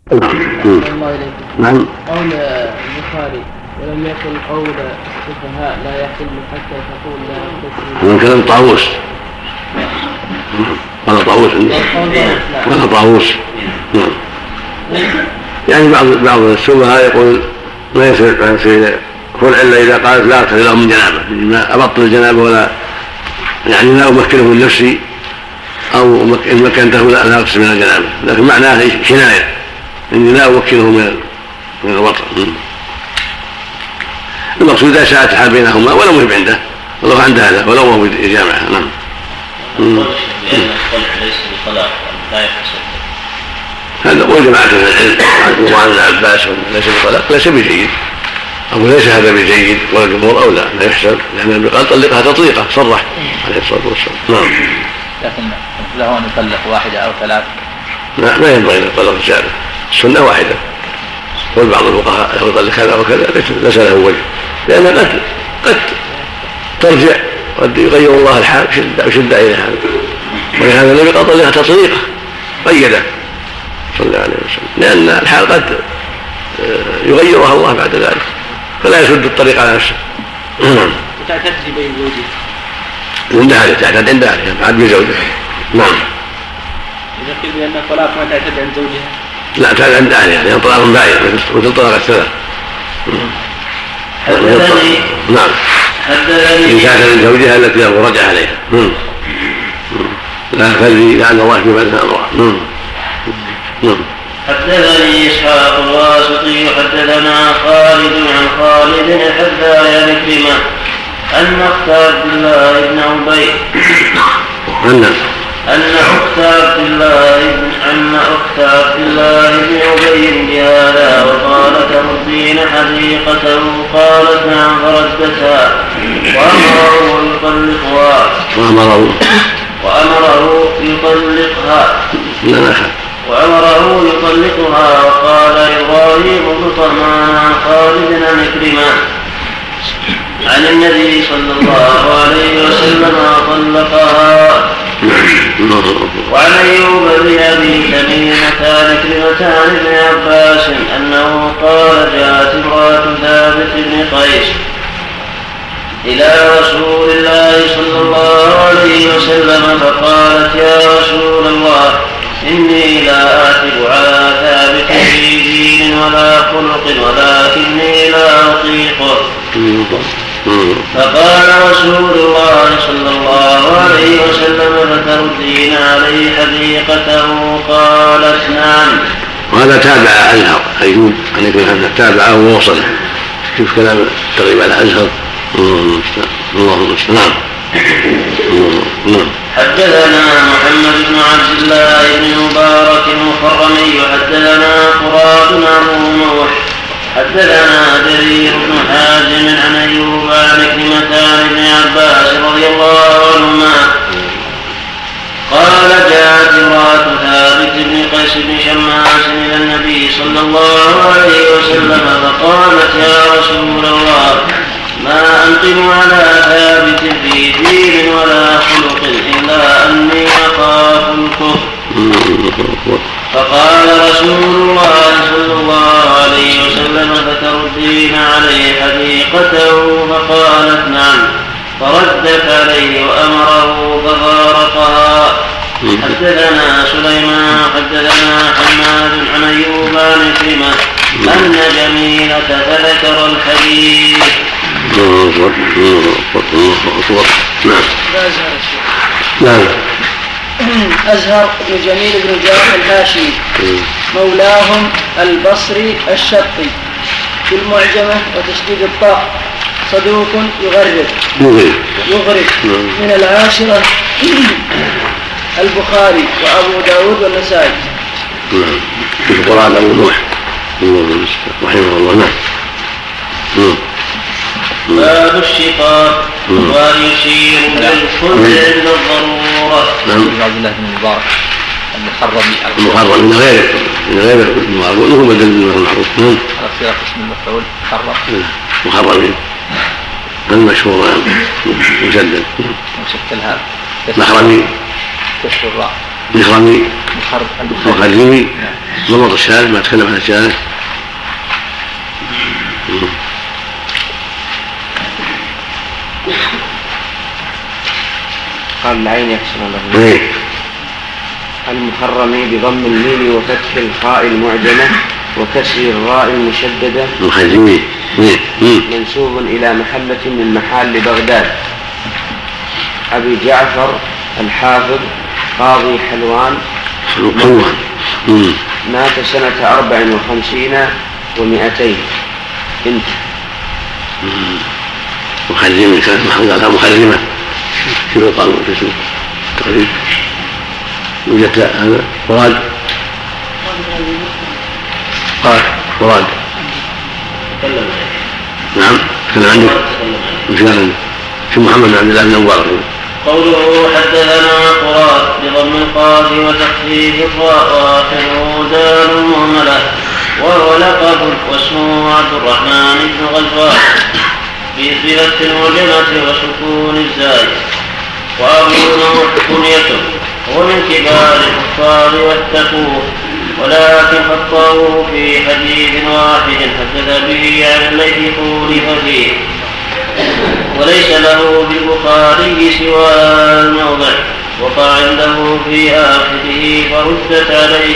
نعم. قول البخاري ولم يكن قول السفهاء لا يحل حتى تقول لا يغتسل. من كلام طاووس. قال طاووس. قال طاووس. نعم. يعني بعض السفهاء يقول ما يصير خلع الا اذا قالت لا اغتسل لهم من جنابه، ما ابطل الجنابه ولا يعني لا امكنه من نفسي او ان مكنته لا اغتسل من الجنابه، لكن معناه كنايه اني لا اوكله من الوطن. المقصود اذا ساءت الحال بينهما ولا مهم عنده والله عند هذا ولو هو بجامعه. نعم. لأن الخلع ليس بطلاق لا يحصل. هذا هو جماعة من العلم وعن العباس ليس بطلاق ليس بجيد أو ليس هذا بجيد ولا الجمهور أو لا يحسب، لأن النبي قال طلقها تطليقة صرح عليه الصلاة والسلام. نعم. لكن له أن يطلق واحدة أو ثلاث. ما ينبغي أن يطلق الزائد، السنة واحدة. قول بعض الفقهاء له يطلق كذا وكذا ليس له وجه، لأن قد ترجع قد يغير الله الحال ويشد إلى هذا، ولهذا النبي قال طلقها تطليقة قيده صلى الله عليه وسلم، لأن الحال قد يغيرها الله بعد ذلك فلا يسد الطريق على نفسه. وتعتد بين زوجها عند أهله، تعتد عند أهله بعد بزوجها. نعم. إذا قيل بأن الطلاق ما تعتد عند زوجها لا تعتد عند أهلها لأن طلاق باين مثل طلاق الثلاث. نعم. إن كانت عند زوجها التي له رجع عليها لا فلي لعل الله في بعدها أمرها. حدثني إسحاق الواسطي حدثنا خالد عن خالد حدثنا عكرمة أن أخت عبد الله بن أبي أن أخت عبد الله بن أبي بهذا وقالت تردين حديقته قالت نعم فردتها وأمره يطلقها وقال إبراهيم بن طهمان عن خالد عن عكرمة عن النبي صلى الله عليه وسلم طلقها. وعن أيوب بن أبي تميمة عن عكرمة عن ابن عباس أنه قال جاءت امرأة ثابت بن قيس إلى رسول الله صلى الله عليه وسلم فقالت يا رسول الله إني لا أعتب على ثابت في دين ولا خلق ولكني لا أطيقه. فقال رسول الله صلى الله عليه وسلم فتردين عليه حديقته قالت نعم. وهذا تابع أزهر أيوب أن يكون هذا تابعه ووصله. شوف كلام التغيب على أزهر. الله المستعان. حدثنا محمد بن عبد الله بن مبارك المخرمي حدثنا قراد أبو نوح حدثنا جرير بن حازم عن أيوب عن عكرمة عن ابن عباس رضي الله عنهما قال جاءت امرأة ثابت بن قيس بن شماس إلى النبي صلى الله عليه وسلم فقالت يا رسول الله ما أنقم على ثابت في دين ولا خلق إلا أني أخاف الكفر. فقال رسول الله صلى الله عليه وسلم فتردين عليه حديقته فقالت نعم فردت عليه وأمره ففارقها. حدثنا سليمان حدثنا حماد عن أيوب عن عكرمة أن جميلة فذكر الحديث. نعم. أزهر بن جميل بن جابر الهاشمي مولاهم البصري الشطي بالمعجمة وتشديد الطاء صدوق يغرب من العاشرة البخاري وأبو داود والنسائي. في القرآن أبو نوح رحمه الله. نعم. باب الشقاق ويشير للخلع عند الضرورة. عبد الله بن المبارك المخرم من غير المعروف هو بدل من المعروف. على صيغة اسم المفعول مخرمين المشهور مسدد وشكل هذا محرمين كسر الراء مخرمي مخرمي ضبط الشارع ما تكلم عن الشارع. قال العين يحسن له. المحرم بضم الميم وفتح الخاء المعجمة وكسر الراء المشددة منسوب إلى محلة من محال بغداد. أبي جعفر الحافظ قاضي حلوان مات سنة 54 و200. انت مخزمة كانت محمود على مخزمة كيف قالوا تسوق تقريبا وجدت هذا مراد قال مراد نعم كان عندك مش قال في محمد بن عبد الله بن مبارك. قوله حدثنا قراد بضم القاف وتخفيف الراء واخره دال مهمله وهو لقب واسمه عبد الرحمن بن غزوان بفتح المعجمة وسكون الزاي. وأبو نوح كنيته هو من كبار الحفاظ والتقوه ولكن خطاه في حديث واحد حدث به عن الذي خولف فيه وليس له بالبخاري سوى الموضع وقع عنده في آخره فردت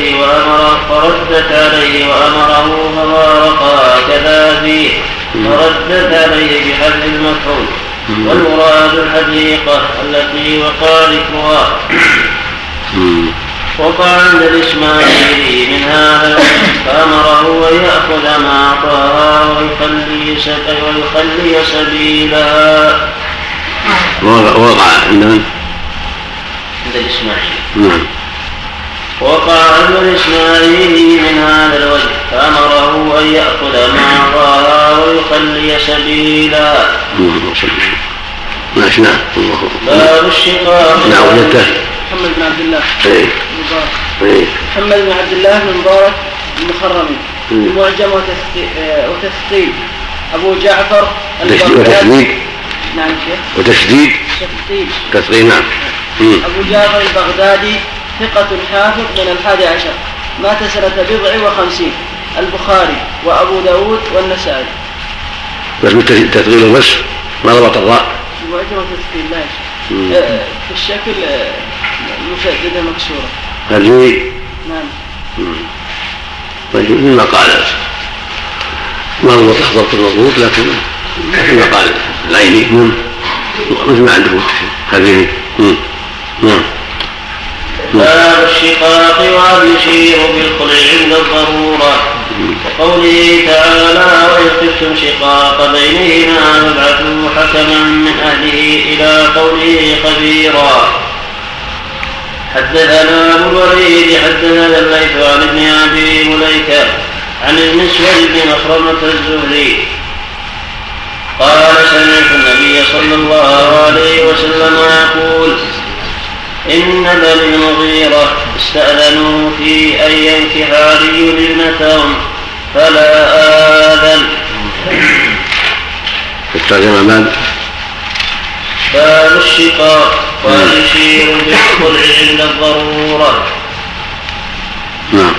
عليه وأمره ففارقا كذا فيه فردت عليه بحذف المفعول والمراد الحديقة التي وقع ذكرها. وقع عند الإسماعيلي من هذا فأمره أن يأخذ ما أعطاها ويخلي سبيلها. وقع عند الإسماعيلي وقع عند الإسماعيلي من هذا الوجه فأمره أن يأخذ ما أعطاها ويخلي سبيلها. ماشي. نعم. باب الشقاق. نعم. محمد بن عبد الله محمد بن عبد الله بن مبارك المخرمي المعجم وتثقيل. أبو جعفر وتشديد. نعم شيخ. وتشديد تثقيل. نعم. أبو جعفر البغدادي ثقة حافظ من 11 مات سنة 57. البخاري وأبو داود والنسائي. بس بالتثقيل بس ما ربط الراء. المعجم وتثقيل لا في الشكل مشددة مكسورة. هذه نعم. مما قال ما هو تحضرت المضبوط لكن ما قال العيني مثل ما عنده هذه. باب الشقاق وهل يشير بالخلع عند الضرورة. وقوله تعالى وإن خفتم شقاق بينهما فابعثوا حكما من أهله إلى قوله خبيرا. حدثنا أبو الوليد حدثنا الليث عن ابن أبي مليكة عن المسور بن مخرمة الزهري قال سمعت النبي صلى الله عليه وسلم يقول إن بني المغيرة استأذنوا في أن ينكح علي ابنتهم فلا آذن. باب الشقاق ويشير بالخلع عند الضرورة. نعم.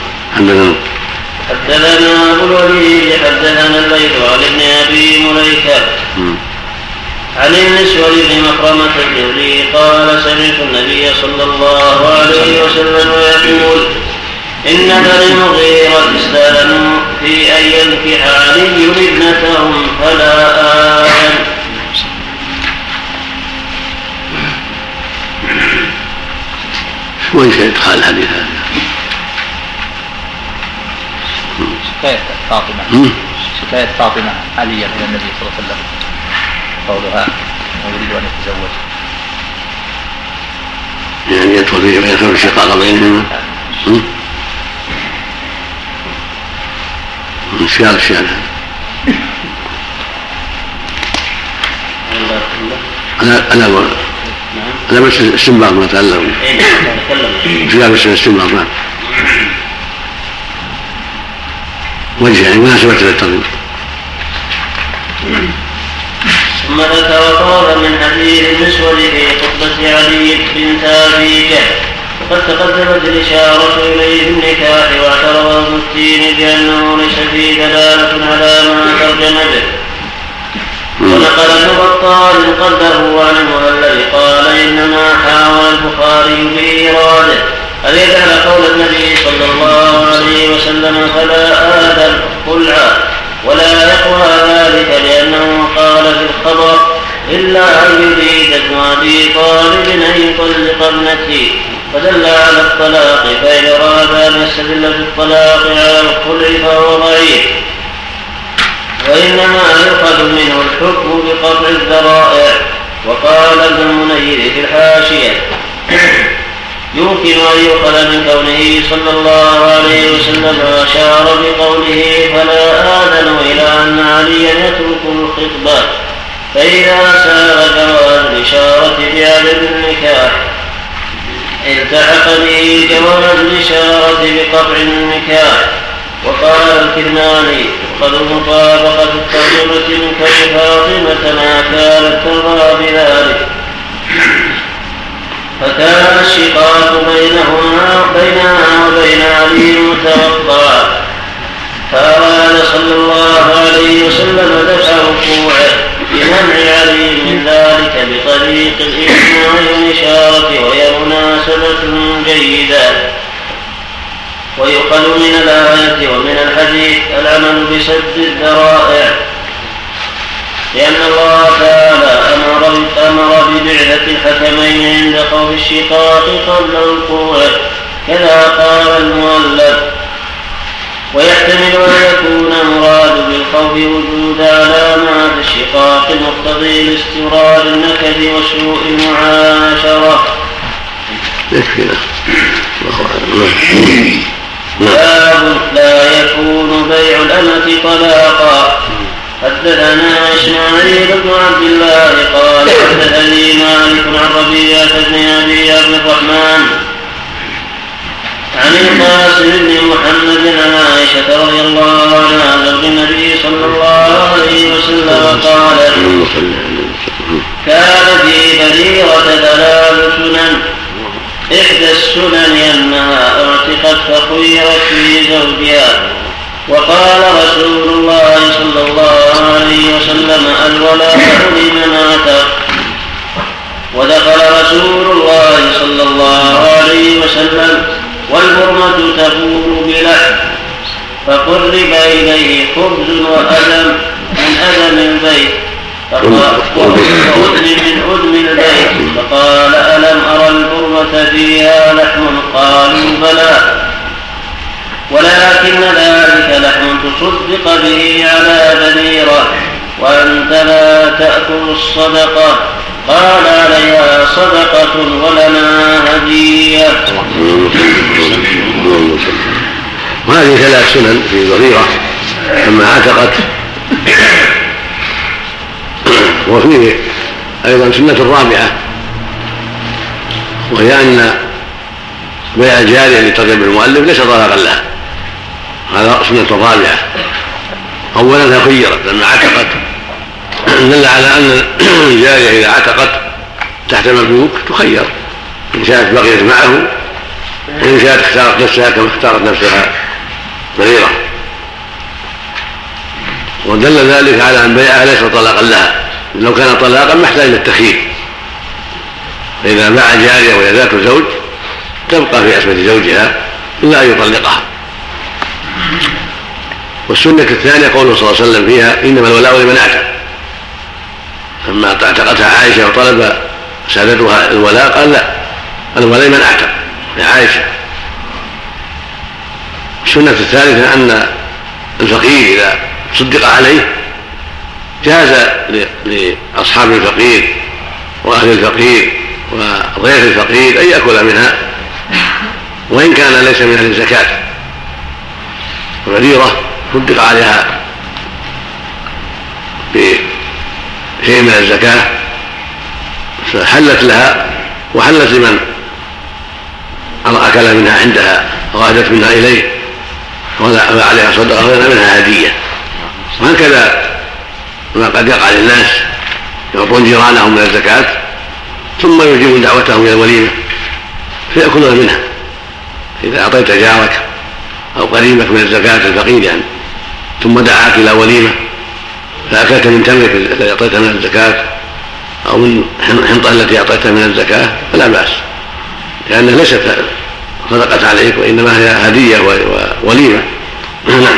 حدثنا أبو الوليد حدثنا الليث عن ابن أبي مليكة عن المسور بن مخرمة الزهري قال سمعت النبي صلى الله عليه وسلم يقول إن بني المغيرة استأذنوا في أن ينكح علي ابنتهم فلا آذن. وين إدخال الحديث هذا؟ شكاية فاطمة عليا إلى النبي صلى الله عليه وسلم قولها ويريد أن يتزوج يعني يدخل فيه ويدخل الشقاق بينهما. انشغال الشارع. أنا بس استنباط ما تعلم. انشغال الاستنباط ما وجه يعني مناسبة للترجمة. ثم ذكر طرفا من حديث المسور في خطبة علي بنت أبي جهل وقد تقدمت الإشارة إليه بالنكاح، واعترض المفتين بأنه ليس فيه دلالة على ما ترجم به. ونقل ابن بطال قدره عن المهلب قال إنما حاول البخاري بإيراده أن يجعل قول النبي صلى الله عليه وسلم فلا آذن خلعا، ولا يقوى ذلك لأنه قال في الخبر إلا أن يريد ابن أبي طالب أن يطلق ابنتي، فدل على الطلاق، فإن أراد أن يستدل بالطلاق على الخلع فهو ضعيف، وإنما يؤخذ منه الحكم بقطع الذرائع. وقال ابن المنير في الحاشية يمكن أن يؤخذ من كونه صلى الله عليه وسلم أشار بقوله فلا آذن إلى أن عليا يترك الخطبة، فإذا سار جواز الإشارة بعدم النكاح التحق به جواز الإشارة بقطع النكاح. وقال الكرماني قد المطابقة الترجمة من كون فاطمة ما كانت ترضى بذلك، فكان الشقاق بينها وبين علي متوقعا، فأراد صلى الله عليه وسلم دفع وقوعه بمنع علي من ذلك بطريق الإجماع والإشارة، وهي مناسبة جيدة. ويؤخذ من الآية ومن الحديث العمل بسد الذرائع، لأن الله تعالى أمر ببعثة الحكمين عند خوف الشقاق قبل الوقوع، كذا قال المؤلف. ويحتمل أن يكون مراد بالخوف وجود علامات الشقاق المقتضي لاستمرار النكد وسوء المعاشرة. باب لا يكون بيع الأمة طلاقا. حدثنا إسماعيل بن عبد الله قال حدثني مالك عن ربيعة بن أبي عبد الرحمن عن القاسم بن محمد عن عائشة رضي الله عنها زوج النبي صلى الله عليه وسلم قال كان في بريرة 3 سنن، إحدى السنن أنها اعتقت فخيرت في زوجها. وقال رسول الله صلى الله عليه وسلم الولاء لمن اعتق. ودخل رسول الله صلى الله عليه وسلم والبرمة تفور بلحم، فقرب إليه خبز وأدم من أدم البيت وأدم من أدم البيت، فقال ألم أرى البرمة فيها لحم؟ قالوا بلى، ولكن ذلك لحم تصدق به على بريرة، وأنت لا تأكل الصدقة. قال عليها صدقة ولنا هدية. وهذه 3 سنن في بريرة لما عتقت. وفيه أيضا سنة رابعة، وهي أن بيع الجارية اللي ترجم المؤلف ليس طلاقا لها، هذا سنة رابعة. أولا خيرت لما عتقت، دل على أن الجارية إذا عتقت تحت مملوك تخير، إن شاءت بقيت معه، وإن شاءت اختارت نفسها كما اختارت نفسها بريرة. ودل ذلك على أن بيعها ليس طلاقا لها، لو كان طلاقا ما احتاج للتخيير، فإذا باع جارية وهي ذات زوج تبقى في عصمة زوجها إلا أن يطلقها. والسنة الثانية قوله صلى الله عليه وسلم فيها إنما الولاء لمن اعتق. لما اعتقتها عائشة وطلب سادتها الولاء قال لا، الولاء لمن اعتق يا عائشة. السنة الثالثة أن الفقير إذا صدق عليه جاز لأصحاب الفقير وأهل الفقير وضيف الفقير أن يأكل منها، وإن كان ليس من أهل الزكاة. بريرة صدق عليها بشيء من الزكاة فحلت لها وحلت لمن أكل منها عندها وغادت منها إليه وعليها صدقة وغيرها منها هدية. وهكذا ما قد يقع للناس يعطون جيرانهم من الزكاة ثم يجيبون دعوتهم إلى الوليمة فيأكلون منها. إذا أعطيت جارك أو قريبك من الزكاة الفقير يعني ثم دعاك إلى وليمة فأكلت من تمرك الذي أعطيتها من الزكاة أو من حنطة التي أعطيتها من الزكاة فلا بأس، لأنها ليست صدقت عليك وإنما هي هدية ووليمة. نعم.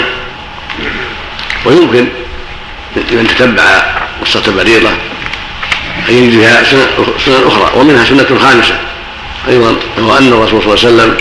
ويمكن لمن تتبع قصة بريرة أن يجد فيها سنن أخرى، ومنها سنة خامسة أيضا، وهو أن الرسول صلى الله عليه وسلم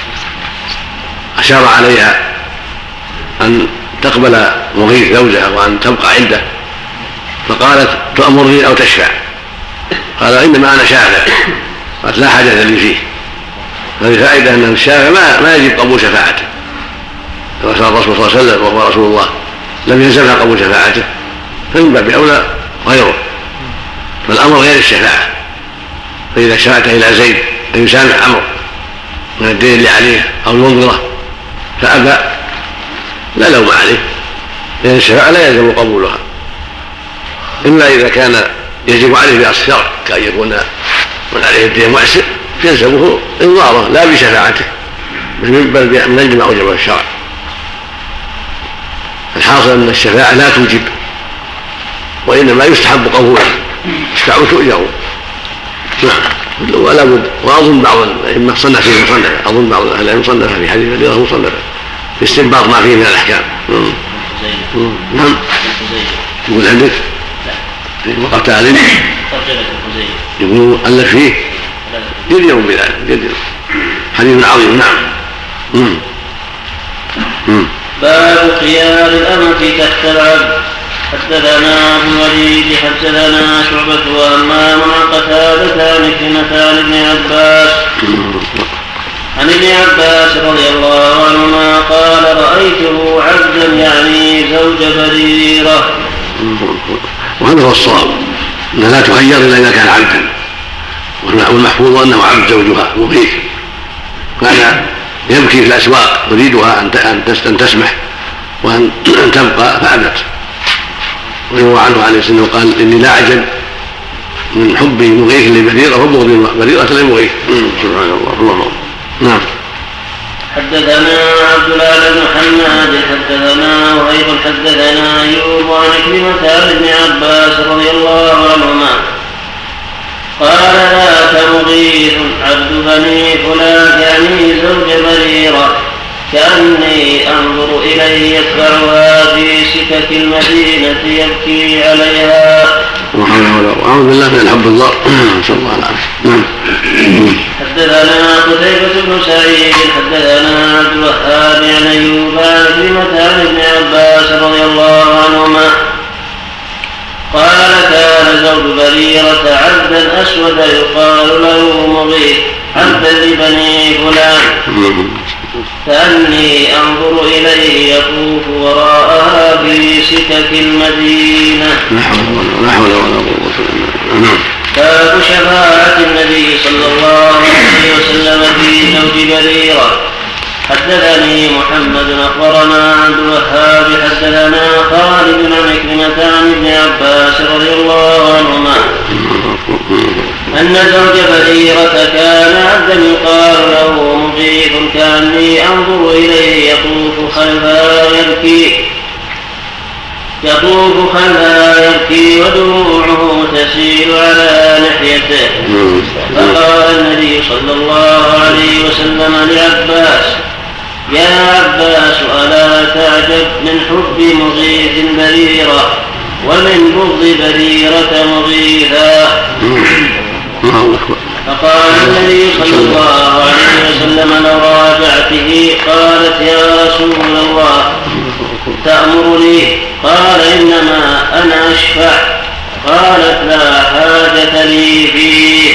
أشار عليها أن تقبل مغيث زوجها وأن تبقى عنده، فقالت تأمرني أو تشفع؟ قال إنما أنا شافع. قالت لا حاجة لي فيه. هذه فائدة أن الشافع ما يجب قبول شفاعته. رسول الرسول صلى الله عليه وسلم وهو رسول الله لم يلزمها قبول شفاعته، فمن باب أولى غيره. فالأمر غير الشفاعة. فإذا شفعت إلى زيد أن يسامح عمرو من الدين اللي عليه أو ينظره فأبى لا لوم عليه، لأن الشفاعة لا يلزم قبولها إلا إذا كان يجب عليه بأصل الشرع، كأن يكون من عليه الدين معسر يلزمه إنظاره لا بشفاعته بل من أجل ما أوجبه الشرع. الحاصل أن الشفاعة لا توجب وإنما يستحب قبولها، يشفعوا تؤجروا. نعم. ولا بد. وأظن بعض الأئمة صنف فيه مصنفة، أظن بعض أهل العلم صنف في حديث بريرة مصنفة في استنباط ما فيه من الأحكام. نعم. يقول عندك وقفت عليه يقول ألف فيه جدير بذلك، جدير حديث عظيم. نعم. باب خيار الأمة تحت العبد. حدثنا ابو الوليد حدثنا شعبة وهمام عن قتادة عن عكرمة عن ابن عباس رضي الله عنهما قال رأيته عبدا يعني زوج بريرة. وهذا هو الصواب، أنها لا تخير إلا إذا كان عبدا، والمحفوظ أنه عبد زوجها مغيث، كان يبكي في الأسواق يريدها أن تسمح وأن تبقى فأبت. ويروى عنه عليه السلام قال إني لا أعجب من حب مغيث لبريرة وبغض بريرة لمغيث. سبحان الله. اللهم. نعم. حدثنا عبد الله بن محمد حدثنا وهيب حدثنا أيوب عن عكرمة عن ابن عباس رضي الله عنهما قال ذاك مغيث عبد بني فلان يعني زوج بريرة كأني أنظر إليه يتبعها في سكك المدينة يبكي عليها. أعوذ بالله من الحب الضار. نسأل الله العافية. حدثنا قتيبة بن سعيد حدثنا عبد الوهاب عن أيوب عن عكرمة عن ابن عباس رضي الله عنهما قال كان زوج بريرة عبدا أسود يقال له مغيث عبدا لبني فلان كأني أنظر إليه يطوف وراءها في سكك المدينة. لا حول ولا قوة إلا بالله. باب شفاعة النبي صلى الله عليه وسلم في زوج بريرة. حدثني محمد أخبرنا عبد الوهاب حدثنا خالد عن عكرمة عن ابن عباس رضي الله عنهما أن زوج بريرة كان عبدا يقال له مغيث كأني أنظر إليه يطوف خلفها يبكي ودموعه تسيل على لحيته. فقال النبي صلى الله عليه وسلم لعباس يا عباس ألا تعجب من حب مغيث بريرة ومن بغض بريرة مغيثا. فقال النبي صلى الله عليه وسلم لو راجعته قالت يا رسول الله تأمرني؟ قال إنما أنا أشفع. قالت لا حاجة لي فيه.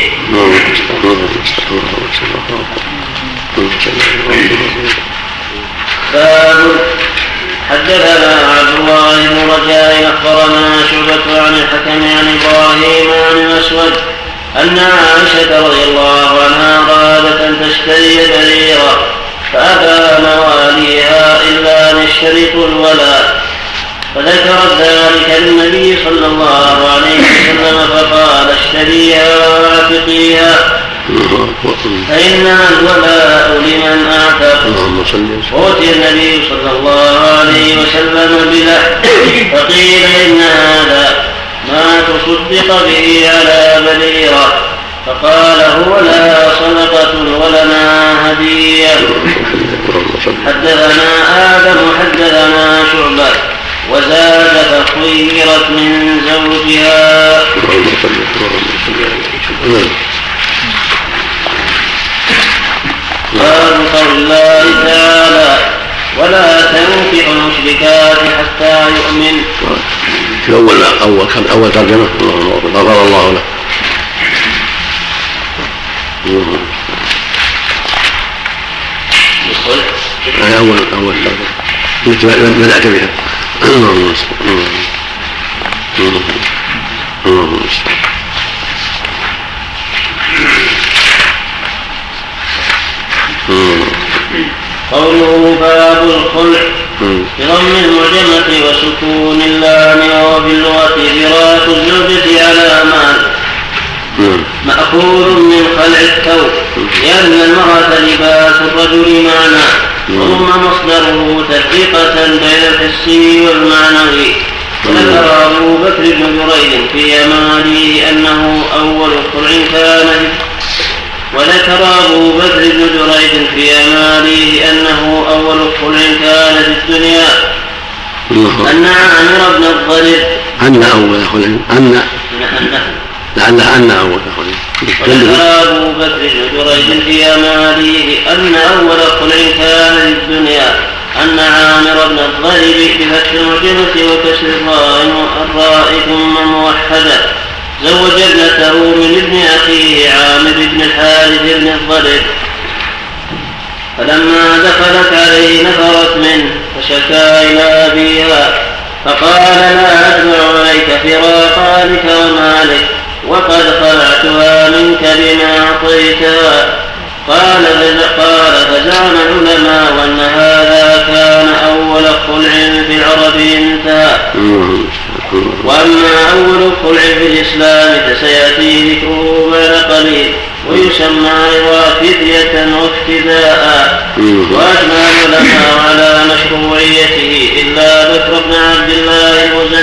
باب حدثنا عبد الله بن رجاء أخبرنا شعبة عن الحكم عن إبراهيم عن الأسود أن عائشة رضي الله عنها أرادت أن تشتري بريرة فأبى مواليها إلا أن يشترطوا الولاء، فذكرت ذلك للنبي صلى الله عليه وسلم فقال اشتريها واعتقيها فإنما الولاء لمن أعتق. أوتي النبي صلى الله عليه وسلم بلحم فقيل إن هذا ما تصدق به على بليرة، فقال هو لا صدقة ولنا هدية. حدثنا آدم حدثنا شعبة وزاد فخيرت من زوجها. قال قول الله تعالى ولا تنكحوا المشركات حتى يؤمن. في أول ترجمة غفر الله له. أول ترجمة بدأت بها. قوله باب الخلع بضم المعجمة وسكون اللام، وفي اللغة فراق الزوجة على مال مأخوذ من خلع الثوب، لأن المرأة لباس الرجل معنى، وضم مصدره تفرقة بين الحسي والمعنوي. وذكر أبو بكر بن جريج في أماله أنه أول خلع كان في الدنيا أن عامر بن الضرب لعلها أول خلع. وذكر أبو بكر بن جريج في أماله أن أول خلع كان في الدنيا أن عامر بن الضرب بفتح المعجمة وكسر الراء ثم موحدة زوج ابنته من ابن أخيه عامر بن الحارث بن الضرب، فلما دخلت عليه نفرت منه فشكا إلى أبيها فقال لا أدفع عليك فراق أهلك ومالك وقد خلعتها منك بما أعطيتها. قال فزعم العلماء وأن هذا كان أول خلع في العرب انتهى. وأما أول خلع في الإسلام فسيأتي ذكره بعد قليل، ويسمى فتية وافتداء. وأجمع العلماء على مشروعيته إلا بكر بن عبد الله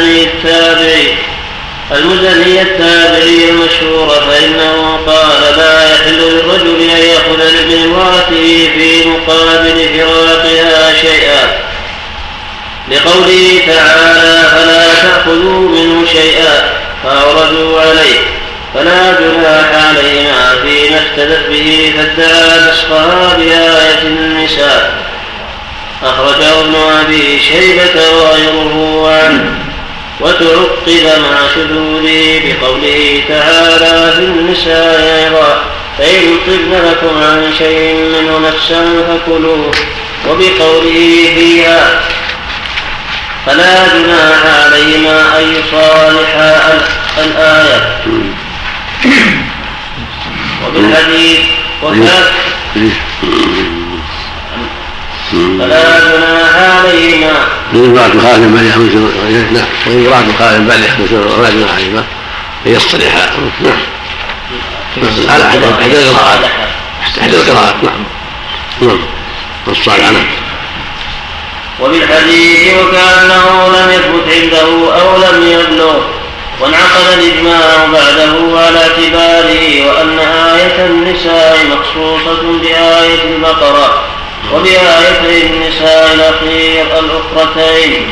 المزني التابعي المشهور، فإنه قال لا يحل للرجل أن يأخذ من امرأته في مقابل فراقها شيئا، لقوله تعالى فلا تأخذوا منه شيئا، فأوردوا عليه فلا جناح عليهما فيما افتدت به فادعى نسخها بآية النساء. أخرجه ابن أبي شيبة وغيره عنه، وتعقب مع شذوذه بقوله تعالى في النساء أيضا فإن طبن لكم عن شيء منه نفسا فكلوه، وبقوله فيها فلا جناح عليهما أن يصالحا الآية. وبالحديث فلا جناح عليهما وإن امرأة خالف بل ولا جناح عليهما أن يصطلحا. على أحد القراءات. نعم الصالحة. وبالحديث وكأنه لم يثبت عنده أو لم يبلغ، وانعقد الإجماع بعده على اعتباره، وأن آية النساء مخصوصة بآية البقرة وبآيتي النساء الأخرتين.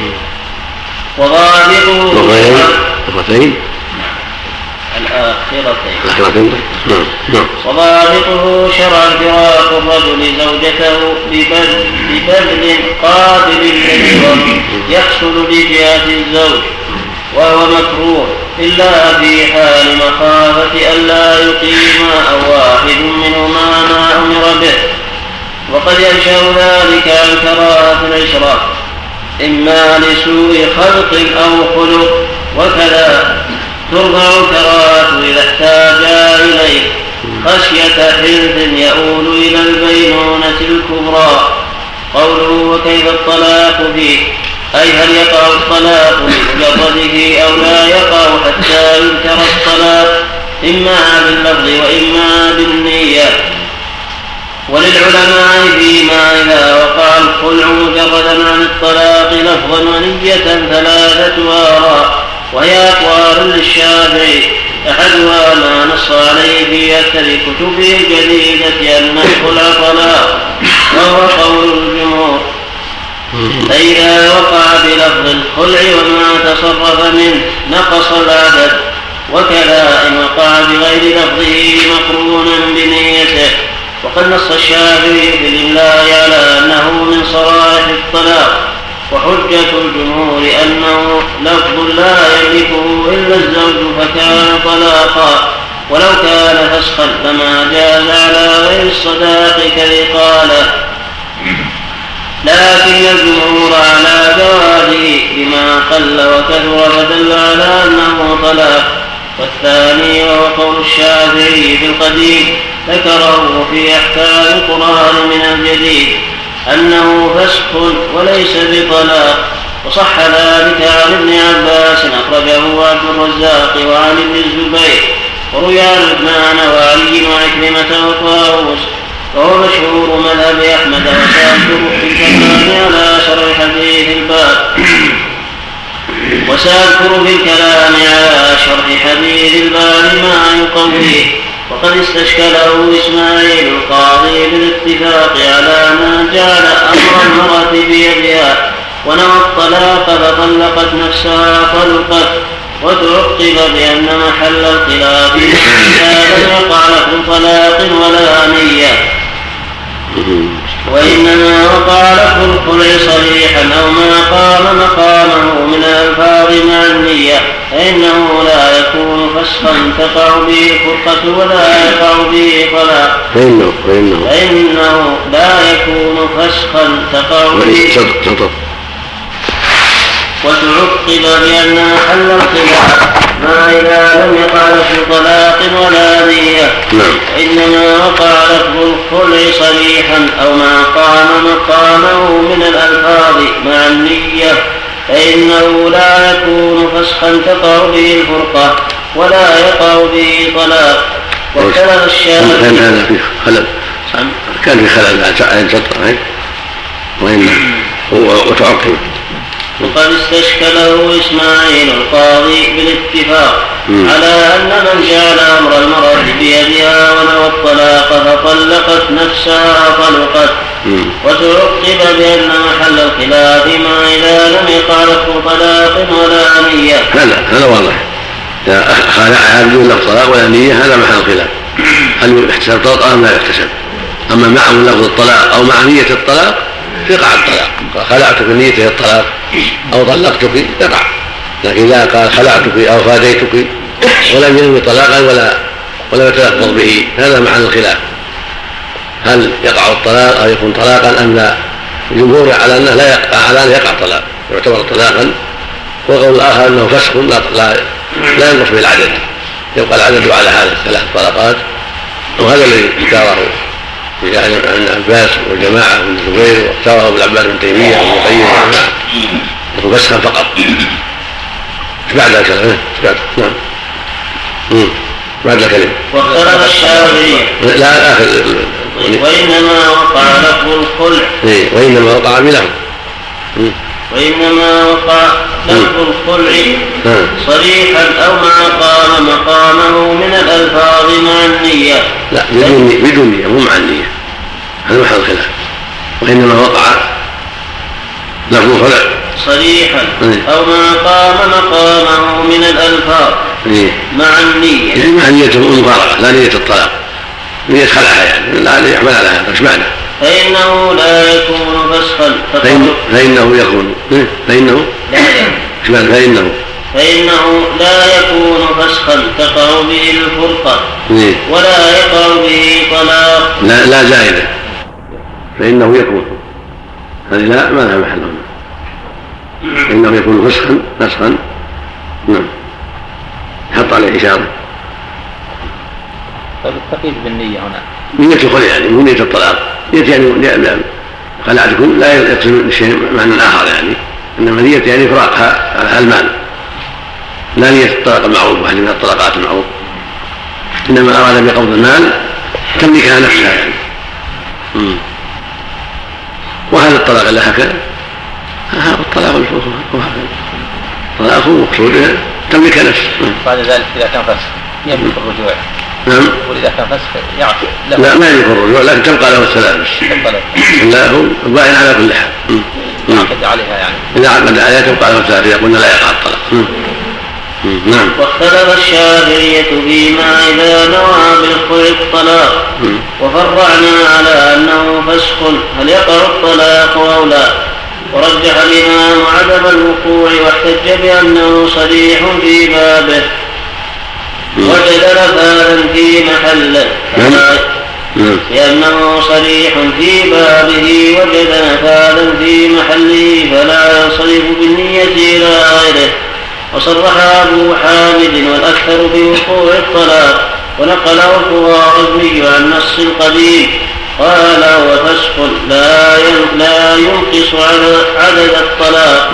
وضابطه شرعا فراق الرجل زوجته ببذل قابل للعوض يحصل بجهة الزوج، وهو مكروه إلا في حال مخافة ألا يقيما أو واحد منهما ما أمر به، وقد ينشأ ذلك عن كراهة العشرة إما لسوء خلق أو خلق، وكذا ترفع الكراهة إذا احتاج إليه خشية حنث يؤول إلى البينونة الكبرى. قوله وكيف الطلاق فيه، أي هل يقع الطلاق بمجرده أو لا يقع حتى ينكر الطلاق، إما باللفظ وإما بالنية. وللعلماء فيما إذا وقع الخلع مجردا عن الطلاق لفظا ونية 3 آراء، وهي أقوال للشافعي. أحدها ما نص عليه في أكثر كتبه الجديدة أن الخلع طلاق، وهو قول الجمهور. فإذا وقع بلفظ الخلع وما تصرف منه نقص العدد، وكذا إن وقع بغير لفظه مقرونا بنيته. وقد نص الشافعي في الإملاء على أنه من صرائح الطلاق، وحجة الجمهور أنه لفظ لا يملكه إلا الزوج فكان طلاقا، ولو كان فسخا لما جاز على غير الصداق كالإقالة. لكن الجمهور على جوازه بما قل وكثر فدل على أنه طلاق. والثاني وهو قول الشافعي في القديم ذكره في أحكام القرآن من الجديد أنه فسخ وليس بطلاق. وصح ذلك عن ابن عباس أخرجه عبد الرزاق وعن ابن الزبير، وروي عن عثمان وعلي وعكرمة وطاووس. وهو مشهور مذهب أحمد، وسأذكر في الكلام على شرح حديث الباب ما يقويه. وقد استشكله إسماعيل القاضي بالاتفاق على من جعل أمر المرأة بيدها ونوى الطلاق فطلقت نفسها طلقت، وتعقب بأن محل الخلاف لم يقع له طلاق ولا نية، وإنما وقع له الخلع صريحا أو ما قام مقامه من الألفاظ مع النية، فإنه لا يكون فسخا تقع به الفرقة ولا يقع به طلاق. فإنه لا يكون فسخا تقع به وتعقب بأن محل الخلاف ما إذا لم يقع له طلاق ولا نية، وإنما وقع لفظ الخلع صريحا أو ما قام مقامه من الألفاظ مع النية، فإنه لا يكون فسخا تقع به الفرقة ولا يقع به طلاق. واختلف الشافعي. هذا فيه خلل، كان في خلل عن سطر وتعقب. وقد استشكله إسماعيل القاضي بالاتفاق على أن من جعل أمر المرأة بيدها ونوى الطلاق فطلقت نفسها طلقت، وتعقب بأن محل الخلاف ما إذا لم يقع له طلاق ولا نية. هذا واضح، إذا خالعها بدون لفظ طلاق ولا نية هذا محل الخلاف، هل يحتسب طلاق أم لا يحتسب؟ أما معه لفظ الطلاق أو مع نية الطلاق يقع الطلاق، خلعتك نيته الطلاق أو طلقتك يقع. لكن إذا قال خلعتك أو فاديتك ولم ينوي طلاقا ولا يتلفظ به هذا معنى الخلاف، هل يقع الطلاق أو يكون طلاقا أم لا؟ الجمهور على أنه لا يقع طلاق، يعتبر طلاقا. والقول الآخر أنه فسخ لا ينقص بالعدد، يبقى العدد على هذا 3 طلقات. وهذا الذي اختاره يعني عن عباس والجماعة من الزبير، واختاره ابن عباس بن تيمية وابن القيم والجماعة يكون فسخا فقط. بعد الكلام نعم بعد الكلام. واختلف الشافعي لا آخر وإنما وقع لفظ الخلع وإنما وقع بلفظ وإنما وقع لفظ الخلع صريحا أو ما قام مقامه من الألفاظ مع النية. لا بدون نية مو مع النية، هذا محل الخلاف. وإنما وقع لفظ الخلع صريحا أو ما قام مقامه من الألفاظ مع النية، يعني مع نية المفارقة لا نية الطلاق، نية خلعها يعني لا يحمل على هذا. ايش معنى؟ فإنه لا يكون فسخا فإنه لا يكون فسخا تقع به الفرقة ولا يقع به طلاق. لا زائدة، فإنه يكون هذه لا ما لها محل هنا، فإنه يكون فسخا نعم حط عليه إشارة. طيب التقييد بالنية هنا نية الخلع يعني مو نية الطلاق، نية يعني خلعتكم لا يقصد شيء معنى آخر يعني، إنما نية يعني إفراقها على المال، لا نية الطلاق المعروف وهذه من الطلاقات المعروف. إنما أراد بقبض المال تملكها نفسها يعني. وهذا الطلاق اللي هكذا هذا الطلاق طلاق مقصودها تملك نفسها. بعد ذلك إذا كان فسخ يملك الرجوع. نعم. وإذا كان فسخ يعفو. لا ما يملك الرجوع لكن تبقى له السلام. لا هو باين على كل حال. يعقد عليها يعني. إذا عقد عليها تبقى له السلام يقولنا لا يقع الطلاق. نعم. واختلف الشافعية فيما إذا نوى بالخلع الطلاق وفرعنا على أنه فسخ هل يقع الطلاق أو لا. ورجح الإمام عدم الوقوع واحتج بأنه صريح في بابه وجد نفاذا في محله لأنه صريح في بابه وجد نفاذا في محله فلا ينصرف بالنية إلى غيره. وصرح أبو حامد والأكثر بوقوع الطلاق ونقله الخوارزمي عن نص القديم قال وفسق لا ينقص عدد الطلاق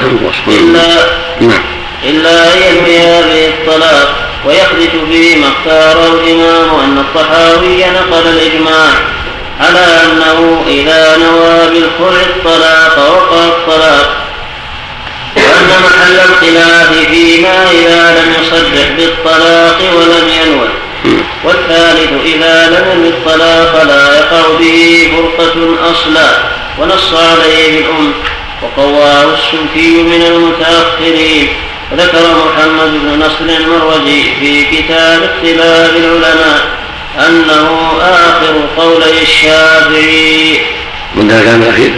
إلا أن ينوي هذه الطلاق. ويخرج فيما اختاره الإمام أن الطحاوي نقل الإجماع على أنه إذا نوى بالخلع الطلاق وقع الطلاق وأن محل الخلاف فيما إذا لم يصرح بالطلاق ولم ينوي. والثالث إذا لم ينوي الطلاق لا يقع به فرقة أصلا ونص عليه الأم وقواه السلكي من المتأخرين. وذكر محمد بن نصر المروزي في كتاب اختلاف العلماء أنه آخر قولي الشافعي. وده كان الأخير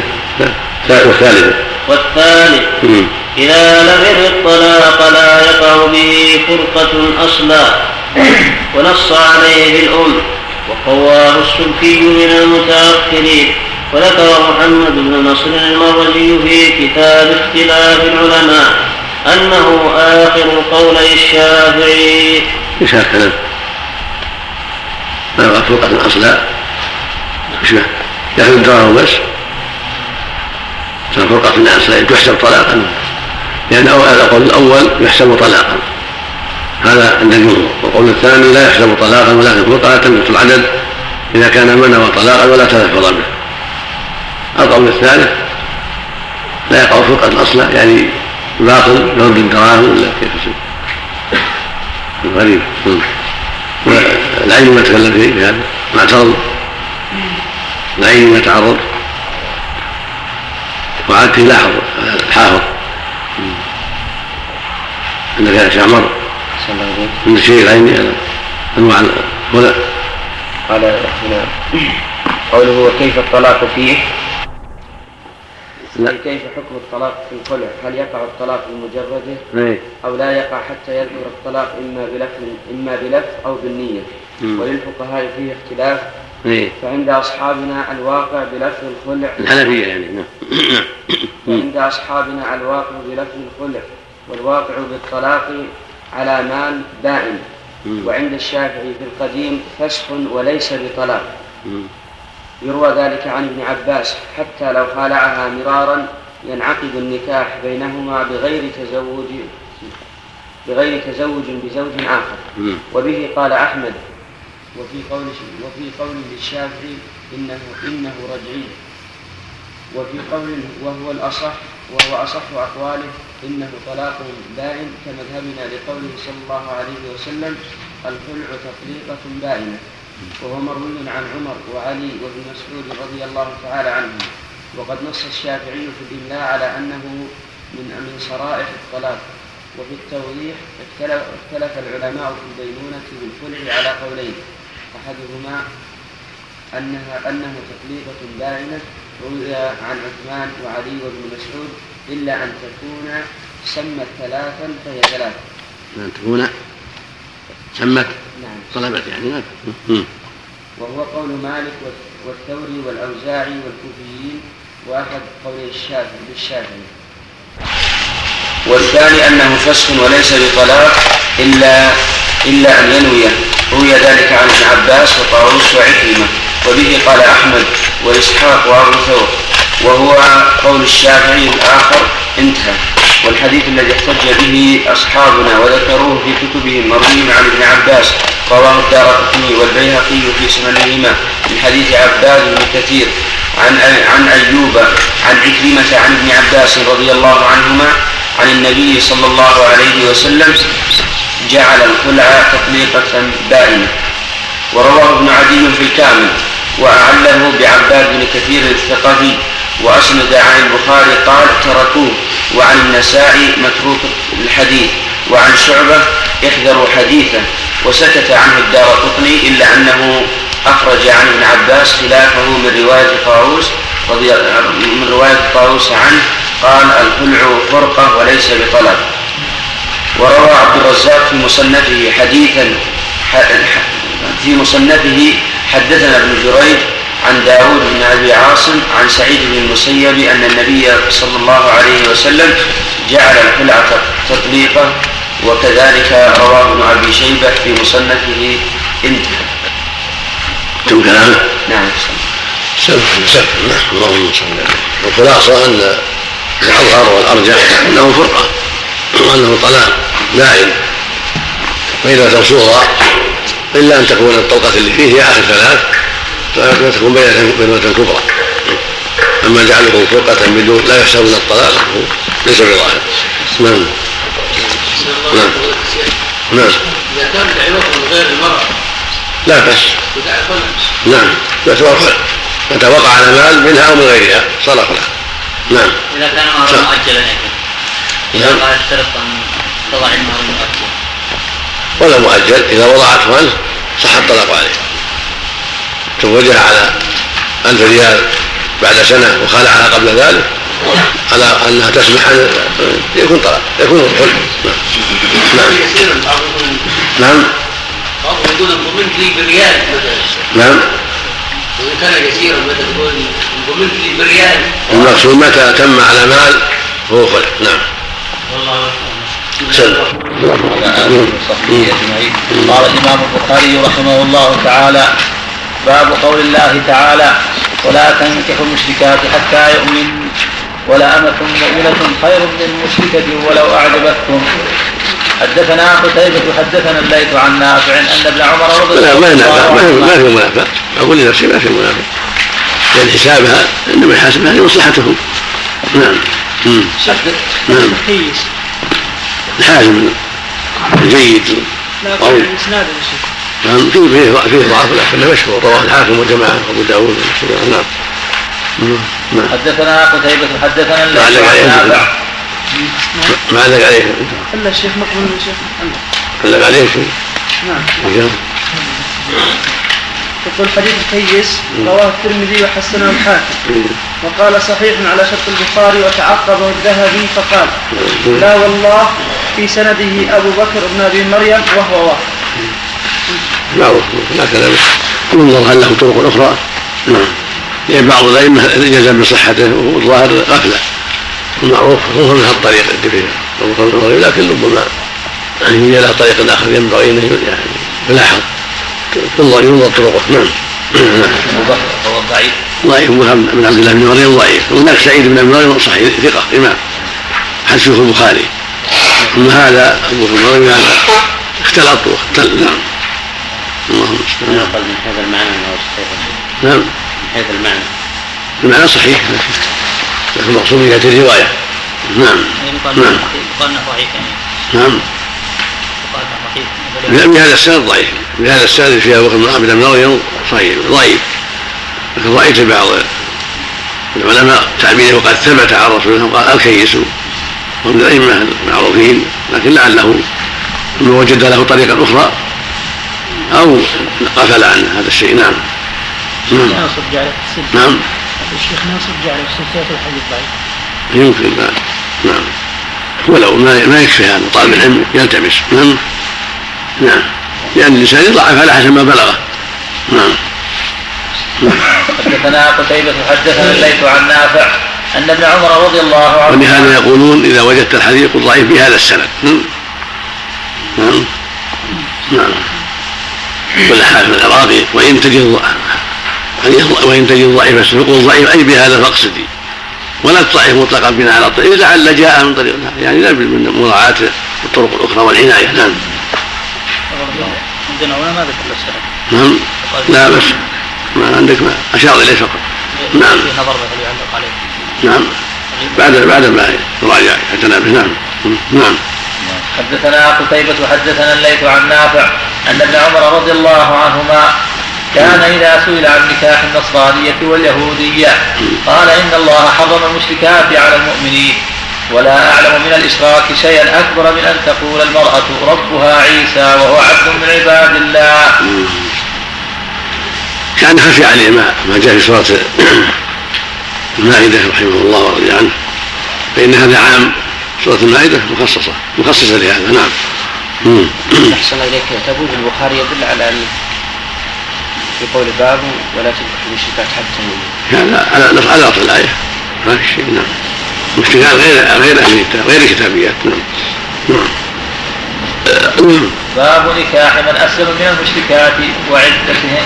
والثالث إذا لم ينوي الطلاق لا يقع به فرقة أصلا ونص عليه الأم وقواه السلكي من المتأخرين. وذكر محمد بن نصر المروزي في كتاب اختلاف العلماء أنه آخر قولي الشافعي. إيش هكذا؟ ما يقع فرقة أصلا يحمل الدراه بس فرقة أصلا تحسب طلاقا لأن القول الأول يحسب طلاقا هذا عند الجمهور. والقول الثاني لا يحسب طلاقا ولكن فرقة تنقص العدد إذا كان منوى طلاقا ولا تلفظ به. القول الثالث لا يقع فرقة أصلا يعني باطل يرد الدراهم ولا كيف غريب. والعين ما تكلم فيه بهذا ما اعترض العين ما تعرض وعادته لاحظ الحافظ عندك يا شيخ عمر عند الشيء العيني انواع الخلع قال هنا قوله وكيف الطلاق فيه كيف حكم الطلاق في الخلع هل يقع الطلاق بمجرده أو لا يقع حتى يذكر الطلاق إما بلفظ أو بالنية. وللفقهاء فيه اختلاف فعند أصحابنا الواقع بلفظ الخلع الحنفية يعني فعند أصحابنا الواقع بلفظ الخلع والواقع بالطلاق على مال دائم. وعند الشافعي في القديم فسخ وليس بطلاق. يروى ذلك عن ابن عباس حتى لو خالعها مرارا ينعقد النكاح بينهما بغير تزوج بزوج آخر. وبه قال أحمد وفي قول للشافعي إنه رجعي. وفي قول وهو أصح أقواله إنه طلاق بائن كمذهبنا لقوله صلى الله عليه وسلم الخلع تطليقة بائنة. وهو مروي عن عمر وعلي وابن مسعود رضي الله تعالى عنهم. وقد نص الشافعي في الإملاء على أنه من صرائح الطلاق. وفي التوضيح اختلف العلماء في البينونة بالخلع على قولين أحدهما أنه تطليقة بائنة روي عن عثمان وعلي وابن مسعود إلا أن تكون سمت ثلاثا فهي ثلاثة. أن تكون سمت طلبت يعني وهو قول مالك والثوري والأوزاعي والكوفيين وأحد قولي الشافعي. والثاني أنه فسخ وليس بطلاق إلا أن ينويه. روي ذلك عن ابن عباس وطاووس وعكرمة. وبه قال أحمد وإسحاق وأبو ثور وهو قول الشافعي الآخر انتهى. والحديث الذي احتج به أصحابنا وذكروه في كتبهم مروي عن ابن عباس رواه الدارقطني والبيهقي في سننهما من حديث عباد بن كثير عن أيوب عن عكرمة عن ابن عباس رضي الله عنهما عن النبي صلى الله عليه وسلم جعل الخلع تطليقة دائمة. ورواه ابن عدي في الكامل وأعله بعباد بن كثير الثقفي وأسند عن البخاري قال تركوه، وعن النسائي متروك الحديث، وعن شعبة احذروا حديثه، وسكت عنه الدارقطني إلا أنه أخرج عن ابن عباس خلافه من رواية طاووس عنه قال الخلع فرقة وليس بطلب. وروى عبد الرزاق في مصنفه حدثنا ابن جريج عن داود بن أبي عاصم عن سعيد بن المسيب أن النبي صلى الله عليه وسلم جعل الخلع تطليقة، وكذلك رواه ابن أبي شيبة في مصنفه انتهى. ثم كلامه. نعم. اللهم صل على. الخلاصة أن الأظهر والأرجح أنه فرقة وأنه طلاق دائم، فإذا تنصوها إلا أن تكون الطلقة اللي فيه هي آخر ثلاث فلا تكون بينة كبرى. أما جعله فرقة بدون لا يحسب من الطلاق ليس بظاهر. نعم. نعم. إذا كان العوض من غير المرأة لا بس. نعم. بس متى وقع على مال منها أو من غيرها صار خلع. نعم. إذا كان مهر مؤجلا إذا قال اشترط أن تضع المهر المؤجل ولا مؤجل إذا وضعته أنت صح الطلاق عليه. تزوجها على 1000 ريال بعد سنة وخالعها قبل ذلك على أنها تسمح يكون طلاق يكون الخلع. نعم. يقول ضمنت لي بالريال نعم. وإن كان يسيرا متى تقول ضمنت لي بالريال المقصود متى تم على مال هو خلع. نعم. قال الإمام البخاري رحمه الله تعالى باب قول الله تعالى ولا تنكحوا المشركات حتى يؤمنوا ولا أمة مؤمنة خير من مشركة ولو أعجبتكم. حدثنا قتيبة حدثنا الليث عن نافع أن ابن عمر رضي الله عنه ما في منافق. أقول لنفسي ما في منافق لأن حسابها إنما يحاسبها لمصلحتهم. نعم. نعم. الحازم جيد قوي. نعم. فيه ضعف لكنه مشهور رواه الحاكم والجماعة أبو داود. نعم. حدثنا قتيبة حدثنا الليث عن نافع. ما علق عليه إلا الشيخ مقبول من الشيخ علق عليه شيء. نعم. يقول حديث الكيس رواه الترمذي وحسنه الحاكم وقال صحيح على شرط البخاري وتعقبه الذهبي فقال لا والله في سنده أبو بكر بن أبي مريم وهو واحد. معروف هكذا ينظر هل له طرق أخرى. يعني بعض الأئمة جزم بصحته والظاهر غفلة. المعروف هو من هالطريق اللي فيها لكن ربما يعني هي لها طريق آخر ينبغي أن يعني يلاحظ ينظر طرقه. نعم. أبو بكر هو ضعيف. ضعيف من عبد الله بن مريم ضعيف. هناك سعيد بن أبي مريم صحيح ثقة إمام حديث في البخاري. أما هذا أبو بكر بن مريم هذا اختلط واختل. نعم. اللهم صل على من هذا المعنى نعم. من هذا المعنى صحيح لكن المقصود من هذه الرواية. نعم. يقال انه ضعيف يعني. نعم. بهذا السند ضعيف. بهذا السند فيها ابو بكر بن مريم صحيح ضعيف لكن ضعيف بعض العلماء تعبيره وقد ثبت عن رسول الله قال الكيس ومن الائمه المعروفين لكن لعله من وجد له طريقه اخرى او غفل عن هذا الشيء. نعم. نعم. الشيخ ناصر جعل السلسلة الحديث ضعيف. يمكن. نعم. ولو ما يكفي هذا طالب العلم يلتمس. نعم. نعم. لأن الإنسان يضعف على حسب ما بلغه. نعم. حدثنا قتيبة حدثنا الليث عن نافع أن ابن عمر رضي الله عنه ولهذا يقولون إذا وجدت الحديث قل ضعيف بهذا السند. نعم. نعم. والحاكم العراقي وإن تجد ضعيف فقل ضعيف أي بهذا فاقصدي ولا تضعف مطلقا بناء على الطريق لعل جاء من طريق يعني لا من مراعاة الطرق الأخرى والعناية. نعم. عندنا هنا ما ذكر السند. نعم لا بس ما عندك ما أشار إليه فقط. نعم في نظر مثل يعلق عليه. نعم بعد ما يراجع حتى نعم. نعم. حدثنا قتيبة حدثنا الليث عن نافع أن ابن عمر رضي الله عنهما كان إذا سئل عن نكاح النصرانية واليهودية قال إن الله حرم المشركات على المؤمنين ولا أعلم من الإشراك شيئا أكبر من أن تقول المرأة ربها عيسى وهو عبد من عباد الله. كان خفي عليه ما جاء في سورة المائدة رحمه الله ورضي عنه، فإن هذا عام. سورة المائدة مخصصة لهذا. نعم. أحسن إليك. تبوذ البخاري يدل على في قول باب ولا تنكحوا المشركات حتى هذا على أصل الآية ما في شيء. نعم. مشركات غير كتابيات. نعم. باب نكاح من أسلم من المشركات وعدتهم.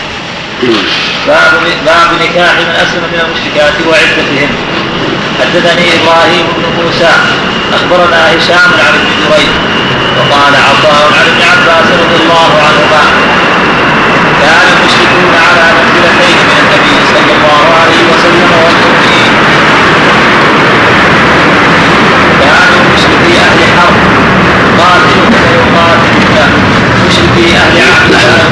باب نكاح من أسلم من المشركات وعدتهم. حدثني إبراهيم بن موسى أخبرنا هشام عن ابن جريج وقال عطاء عن ابن عباس رضي الله عنهما كان المشركون على منزلتين من النبي صلى الله عليه وسلم والمؤمنين. كانوا مشركي أهل حرب قاتلون ويقاتلون مشركي أهل عهد.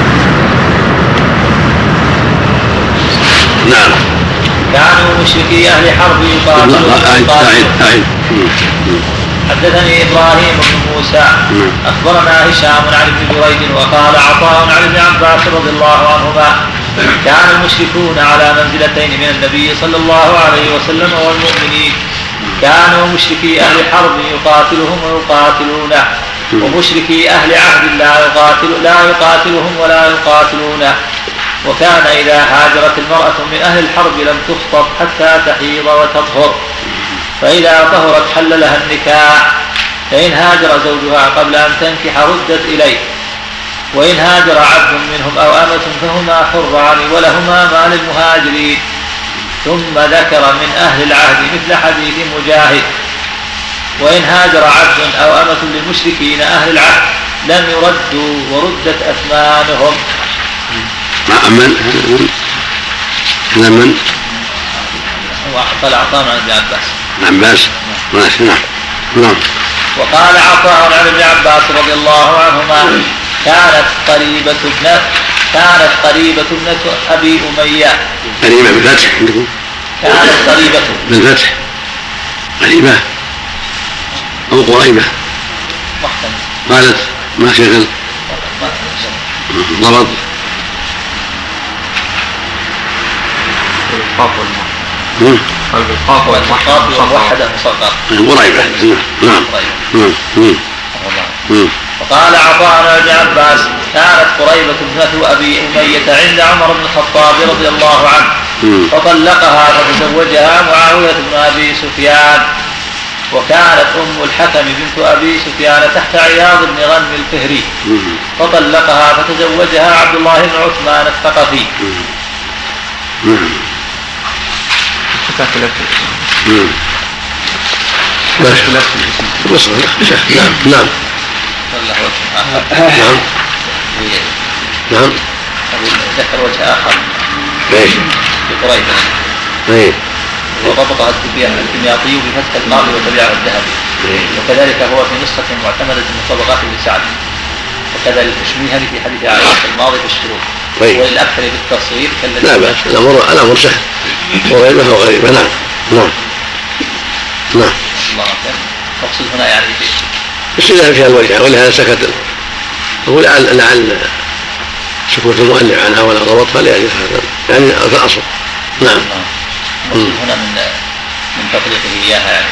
نعم. كانوا مشركي أهل حرب يقاتلون. حدثني إبراهيم بن موسى أخبرنا هشام عن ابن جريج وقال عطاء عن ابن عباس رضي الله عنهما كان المشركون على منزلتين من النبي صلى الله عليه وسلم والمؤمنين. كانوا مشركي أهل حرب يقاتلهم ويقاتلونه ومشركي أهل عهد لا يقاتلهم ولا يقاتلونه. وكان إذا هاجرت المرأة من أهل الحرب لم تخطب حتى تحيض وتطهر، فإذا طهرت حل لها النكاح. فإن هاجر زوجها قبل أن تنكح ردت إليه، وإن هاجر عبد منهم أو أمة فهما حران ولهما ما للمهاجرين. ثم ذكر من أهل العهد مثل حديث مجاهد وإن هاجر عبد أو أمة للمشركين أهل العهد لم يردوا وردت أثمانهم. من طلع عطاء عن ابن عباس. عباس ماشي. نعم. وقال عطاء عن ابن عباس رضي الله عنهما كانت قريبة ابنة أبي أمية. قريبة بالفتح عندكم؟ كانت قريبة بالفتح قريبة أو قريبة. قالت ما شغل ضبط القاف والموحدة مصغر قريبة. نعم. وقال عطاء عن ابن عباس كانت قريبة ابنة أبي أمية عند عمر بن الخطاب رضي الله عنه فطلقها فتزوجها معاوية بن أبي سفيان. وكانت أم الحكم بنت أبي سفيان تحت عياض بن غنم الفهري فطلقها فتزوجها عبد الله بن عثمان الثقفي. نعم. ذكر وجه آخر بقريبة وضبطها الدمياطي بفتح الماضي وتبعه الذهبي. وكذلك هو في نسخة معتمدة من طبقات ابن سعد، وكذا الإشميهني في حديث عائشة الماضي في الشروط. وللأكثر بالتصوير لا بأس. الأمر سهل. قريبة وغريبة. نعم. الله أكبر. مقصود هنا يعني السنة فيها الوجه ولهذا سكت. هو لعل سكوت المؤلف عنها ولا ضبطها لأجل هذا يعني في الأصل. نعم. هنا من تطليقه إياها يعني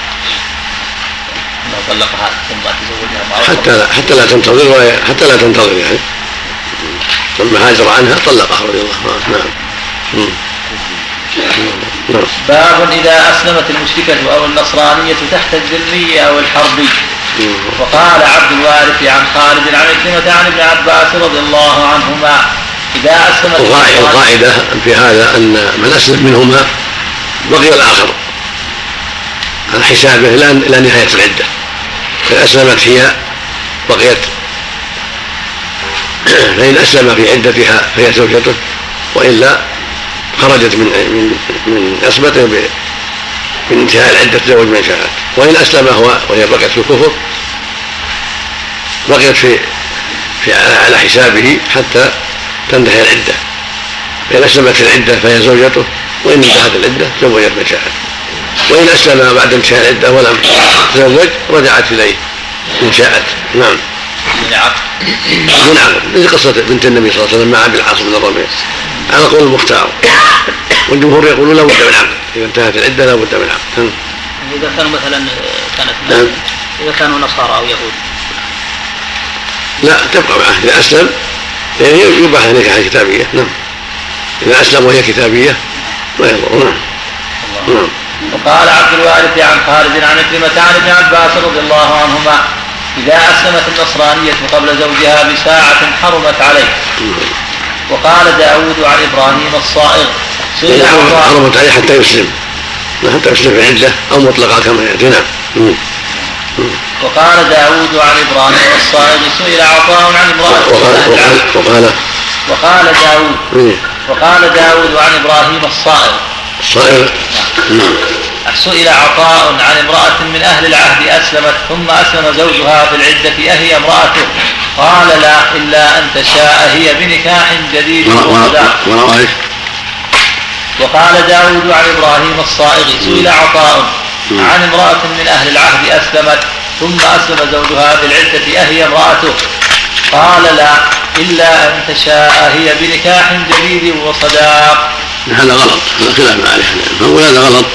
أنه طلقها ثم تزوجها معه حتى لا تنتظر يعني لما هاجر عنها طلقها رضي الله عنه. نعم. باب إذا أسلمت المشركة أو النصرانية تحت الذمي أو الحربي. وقال عبد الوارث عن خالد عن عكرمة عن ابن عباس رضي الله عنهما إذا أسلمت القاعدة في هذا أن من أسلم منهما بقي الآخر على حسابه إلى نهاية العدة. فإن أسلمت هي بقيت فإن أسلم في عدتها فهي زوجته، وإلا خرجت من عصمته بانتهاء العدة تزوج من شاءت. وإن أسلم هو وهي بقيت في الكفر بقيت على حسابه حتى تنتهي العدة. فإن أسلمت في العدة فهي زوجته، وإن انتهت العدة تزوجت من شاءت. وإن أسلم بعد انتهاء العدة ولم تزوج رجعت إليه إن شاءت. نعم. من عقد مثل قصة بنت النبي صلى الله عليه وسلم مع أبي العاص بن الربيع على قول المختار، والجمهور يقولون لا بد من عقد، إذا انتهت العدة لا بد من عقد. إذا كانوا مثلا إذا كانوا نصارى أو يهود لا تبقى معه إذا أسلم، يعني يباح نكاح كتابية. نعم. إذا أسلم وهي كتابية لا يضر. نعم. وقال عبد الوارث عن خالد عن عكرمة عن ابن عباس رضي الله عنهما: إذا أسلمت النصرانية قبل زوجها بساعة حرمت عليه. وقال داود عن إبراهيم الصائغ: حرمت عليه حتى يسلم، حتى يسلم في عدة أو مطلقة كما يأتي. نعم. وقال داود عن إبراهيم الصائغ: سئل عطاء عن امرأة. وقال داود عن إبراهيم الصائغ: سئل عطاء عن امرأة من أهل العهد أسلمت ثم أسلم زوجها في العدة أهي امرأته؟ قال: لا، إلا أن تشاء هي بنكاح جديد وصداق. وقال داود عن إبراهيم الصائغ: سئل عطاء عن امرأة من أهل العهد أسلمت ثم أسلم زوجها في العدة أهي امرأته؟ قال: لا، إلا أن تشاء هي بنكاح جديد وصداق. هذا غلط، هذا خلاف عليه، هذا غلط.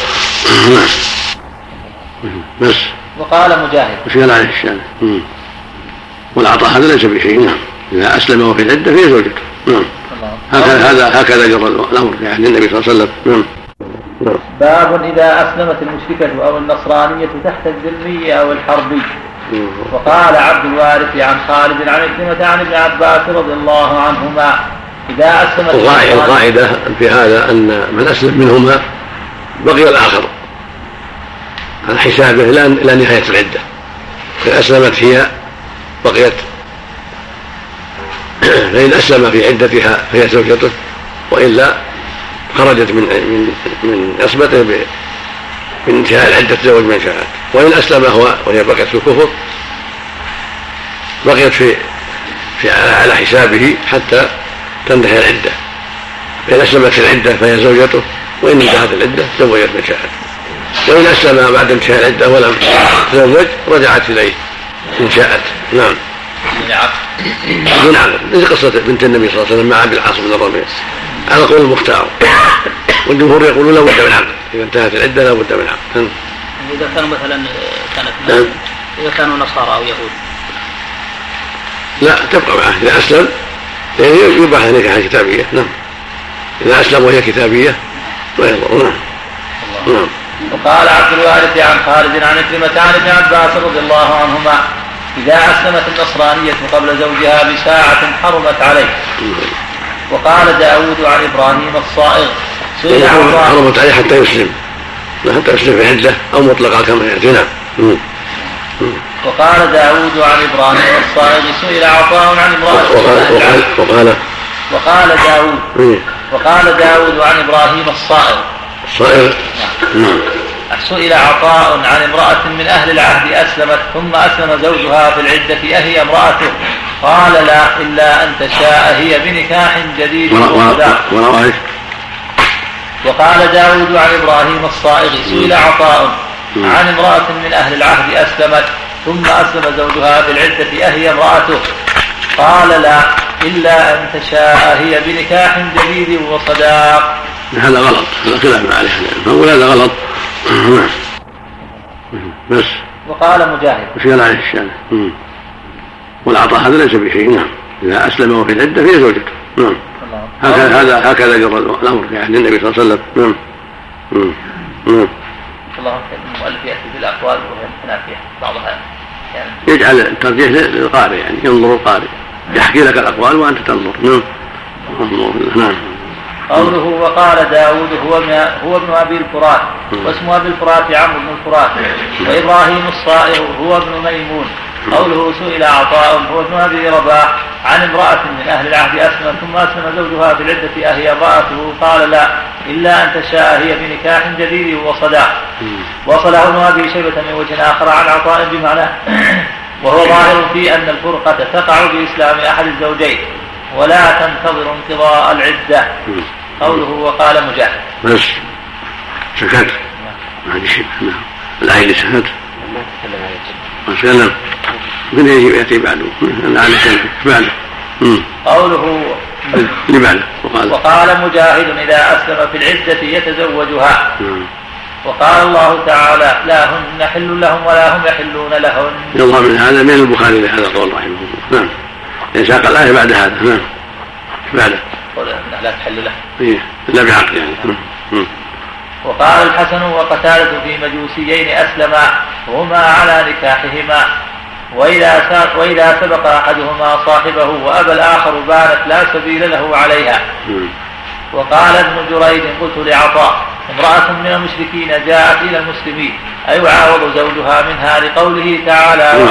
بس. وقال مجاهد: وش قال عليه الشارع؟ والعطاء هذا ليس بشيء. نعم. إذا أسلم وفي العدة فهي زوجته. نعم. هكذا جرى الأمر يعني النبي صلى الله عليه وسلم. نعم. باب إذا أسلمت المشركة أو النصرانية تحت الذمي أو الحربي. وقال عبد الوارث عن خالد عن عكرمة عن ابن عباس رضي الله عنهما: إذا أسلمت القاعدة في هذا أن من أسلم منهما بقي الآخر على حسابه إلى نهاية العدة. فإن أسلمت هي بقيت، فإن أسلم في عدتها فهي زوجته، وإلا خرجت من عصمته بانتهاء العدة تزوج من شاءت. وإن أسلم هو وهي بقيت في الكفر بقيت على حسابه حتى تنتهي العدة. فإن أسلمت في العدة فهي زوجته، وإن انتهت العدة تزوجت من شاءت. وإن أسلم بعد انتهاء العدة ولم تزوج رجعت إليه إن شاءت. نعم. من عقد مثل قصة بنت النبي صلى الله عليه وسلم مع أبي العاص بن الربيع على قول المختار، والجمهور يقولون لا بد من عقد، إذا انتهت العدة لا بد من عقد. إذا كانوا مثلا إذا كانوا نصارى أو يهود لا تبقى معه إذا أسلم، يعني يباح نكاح كتابية. نعم. إذا أسلم وهي كتابية لا يضر. نعم. وقال عبد الوارث عن خالد عن عكرمة عن ابن عباس رضي الله عنهما: إذا أسلمت النصرانية قبل زوجها بساعة حرمت عليه. وقال داود عن إبراهيم الصائغ: حرمت عليه حتى يسلم، في عدة أو مطلقة كما يأتي. نعم. وقال داود عن إبراهيم الصائغ: سئل عطاء عن امرأة. وقال داود عن إبراهيم الصائغ: سئل عطاء عن امرأة من أهل العهد أسلمت ثم أسلم زوجها في العدة أهي امرأته؟ قال: لا، إلا أن تشاء هي بنكاح جديد وصداق. وقال داود عن إبراهيم الصائغ: سئل عطاء عن امرأة من أهل العهد أسلمت ثم أسلم زوجها في العدة أهي امرأته؟ قال: لا، إلا أن تشاء هي بنكاح جديد وصداق. هذا غلط، هذا خلاف عليه، هذا غلط. بس. وقال مجاهد: وش قال عليه الشارع؟ والعطاء هذا ليس بشيء. نعم. إذا أسلم وفي العدة فهي زوجته. نعم. هكذا جرى الأمر يعني النبي صلى الله عليه وسلم. الله المؤلف يأتي بالأقوال ويمتنع فيها بعضها، يعني يجعل الترجيح للقارئ، يعني ينظر القارئ يحكي لك الأقوال وأنت تنظر. نعم. قوله: وقال داود هو ابن أبي الفرات، واسم أبي الفرات عمرو بن الفرات، وإبراهيم الصائغ هو ابن ميمون، قوله سئل عطاء هو ابن أبي رباح عن امرأة من أهل العهد أسلم ثم أسلم زوجها في العدة أهي امرأته؟ قال لا إلا أن تشاء هي بنكاح جديد وصداق. وصله ابن أبي شيبة من وجه آخر عن عطاء بمعنى وهو ظاهر في أن الفرقة تقع بإسلام أحد الزوجين ولا تنتظر انقضاء العدة. قوله وقال مجاهد. بس سكت ما عندي شيء. الآية سكت ما تكلم من يأتي بعده بعده. قوله لبعده وقال مجاهد إذا أسلم في العدة يتزوجها. وقال الله تعالى لا هن حل لهم ولا هم يحلون لهن. يظهر من هذا من البخاري لهذا القول رحمه الله. نعم يساق الآية بعد هذا. نعم بعده لا تحل له لا بعقد يعني. وقال الحسن وقتادة في مجوسيين أسلما هما على نكاحهما وإذا سبق أحدهما صاحبه وأبى الآخر بانت لا سبيل له عليها. وقال ابن جريج قلت لعطاء امرأة من المشركين جاءت إلى المسلمين أيعاوض زوجها منها لقوله تعالى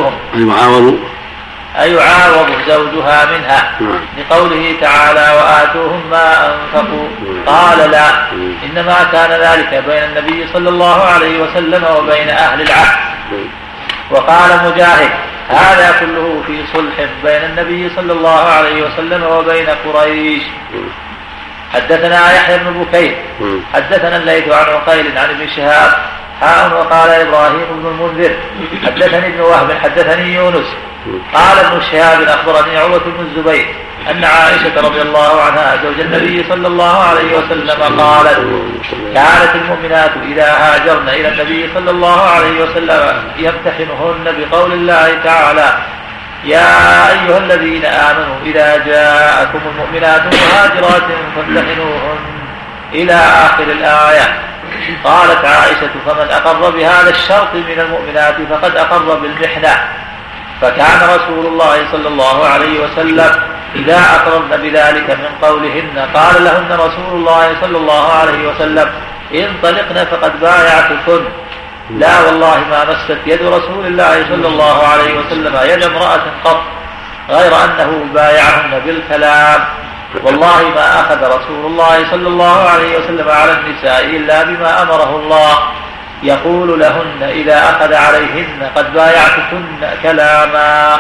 أيعاوض زوجها منها لقوله تعالى وآتوهم ما أنفقوا؟ قال لا إنما كان ذلك بين النبي صلى الله عليه وسلم وبين أهل العهد. وقال مجاهد هذا كله في صلح بين النبي صلى الله عليه وسلم وبين قريش. حدثنا يحيى بن بكير حدثنا الليث عن عقيل عن ابن شهاب وقال إبراهيم بن المنذر حدثني ابن وهب حدثني يونس قال ابن شهاب أخبرني عروة بن الزبير أن عائشة رضي الله عنها زوج النبي صلى الله عليه وسلم قالت كانت المؤمنات إذا هاجرن إلى النبي صلى الله عليه وسلم يمتحنهن بقول الله تعالى يا أيها الذين آمنوا إذا جاءكم المؤمنات مهاجرات فامتحنوهن إلى آخر الآية. قالت عائشة فمن أقر بهذا الشرط من المؤمنات فقد أقر بالمحنة. فكان رسول الله صلى الله عليه وسلم إذا أقررن بذلك من قولهن قال لهن رسول الله صلى الله عليه وسلم انطلقن فقد بايعتكن. لا والله ما مست يد رسول الله صلى الله عليه وسلم يد امرأة قط غير أنه بايعهن بالكلام. والله ما أخذ رسول الله صلى الله عليه وسلم على النساء إلا بما أمره الله يقول لهن إذا أخذ عليهن قد بايعتكن كلاما.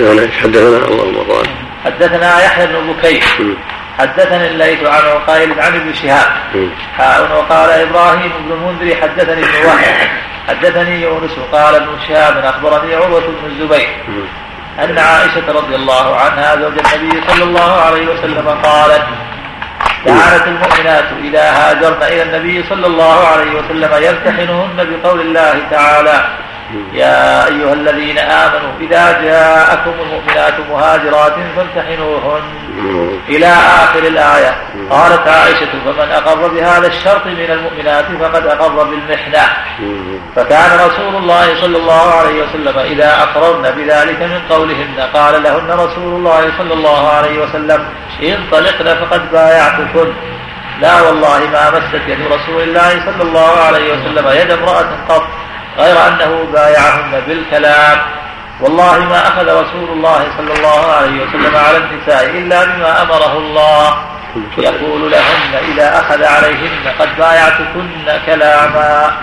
حدثنا يحيى بن بكير حدثني الليث عن عقيل عن ابن شهاب وقال إبراهيم بن المنذر حدثني ابن وهب حدثني يونس قال ابن شهاب أخبرني عروة بن الزبير أن عائشة رضي الله عنها زوج النبي صلى الله عليه وسلم قالت كانت المؤمنات إذا هاجرن إلى النبي صلى الله عليه وسلم يمتحنهن بقول الله تعالى يا أيها الذين آمنوا إذا جاءكم المؤمنات مهاجرات فامتحنوهن إلى آخر الآية. قالت عائشة فمن أقر بهذا الشرط من المؤمنات فقد أقر بالمحنة. فكان رسول الله صلى الله عليه وسلم إذا أقررن بذلك من قولهن قال لهن رسول الله صلى الله عليه وسلم انطلقن فقد بايعتكن. لا والله ما مست يد رسول الله صلى الله عليه وسلم يد امرأة قط غير أنه بايعهن بالكلام. والله ما أخذ رسول الله صلى الله عليه وسلم على النساء إلا بما أمره الله يقول لهن إذا أخذ عليهن قد بايعتكن كلاما.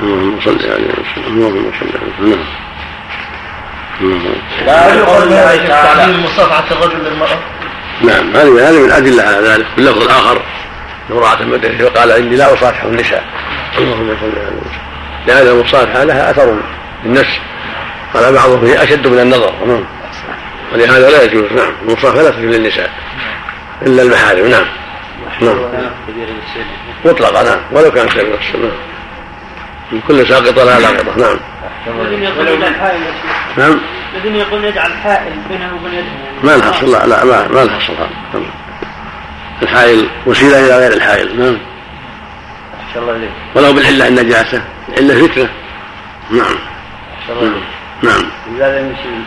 لا يقول تعليم مصافحة الرجل للمرأة. نعم هذه من الأدلة على ذلك. واللفظ الآخر امرأة المدرسة وقال إني لا أصافح النساء. اللهم صل على وسلم. لهذا المصافحة لها أثر بالنفس قال بعضهم هي أشد من النظر ولهذا لا يجوز. نعم المصافحة لا تجوز للنساء إلا المحارم. نعم مطلقا نعم ولو كان كبير السن من كل ساقطة لها لاقطة. نعم نعم الذين يقول يجعل حائل بينه وبين ما الحصل لا ما الحصل هذا الحائل وسيلة إلى غير الحائل. نعم ولو بالحلة النجاسة إلا فتنة. نعم نعم إذا لم يشيل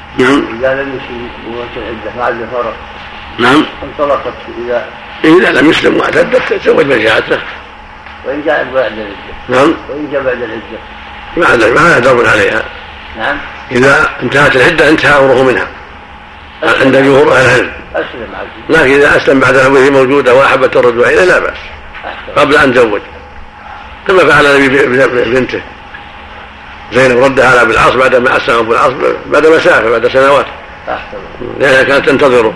ووجه العدة مع الفرق. نعم انطلقت إذا لم يسلم واعتدت تزوج من شاءت له وإن جاء بعد العدة. نعم وإن جاء بعد العدة ما هذا دور عليها. نعم إذا انتهت العدة انتهى أمره منها عند جمهور أهل العلم، لكن إذا أسلم بعد أبوه موجودة وأحبت الرجوع إليه لا بأس قبل أن زوج، كما فعل النبي بنته زينب، ردها على أبي العاص بعدما أسلم أبو العاص بعد مسافة بعد سنوات لأنها كانت تنتظره.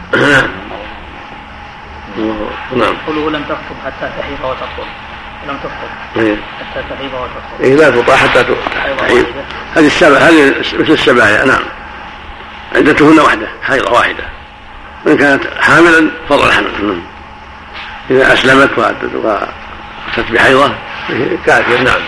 نعم. قوله لم تخطب حتى تحيض وتطهر، لم تخطب حتى تحيض وتطهر. إيه لا تطاع حتى تحيض. هذه السبع، هذه مثل السبايا. نعم. عدتهن واحدة، حيضة واحدة، وإن كانت حاملا فضل الحمل. إذا أسلمت وأتت بحيضة كافر. نعم.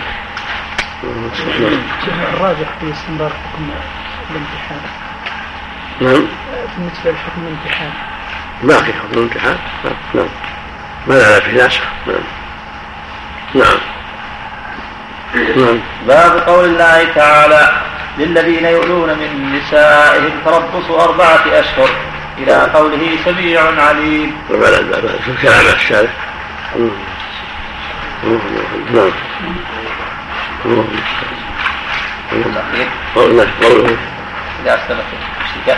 الراجح في استنباط حكم الامتحان. نعم. بالنسبة لحكم الامتحان باقي حكم الامتحان. نعم. ما لا في ناسخ. نعم. نعم. باب قول الله تعالى للذين يؤلون من نسائهم تربص 4 أشهر إلى قوله سميع عليم. في كلام الشارع. نعم. قوله إذا أسلمت المشركة.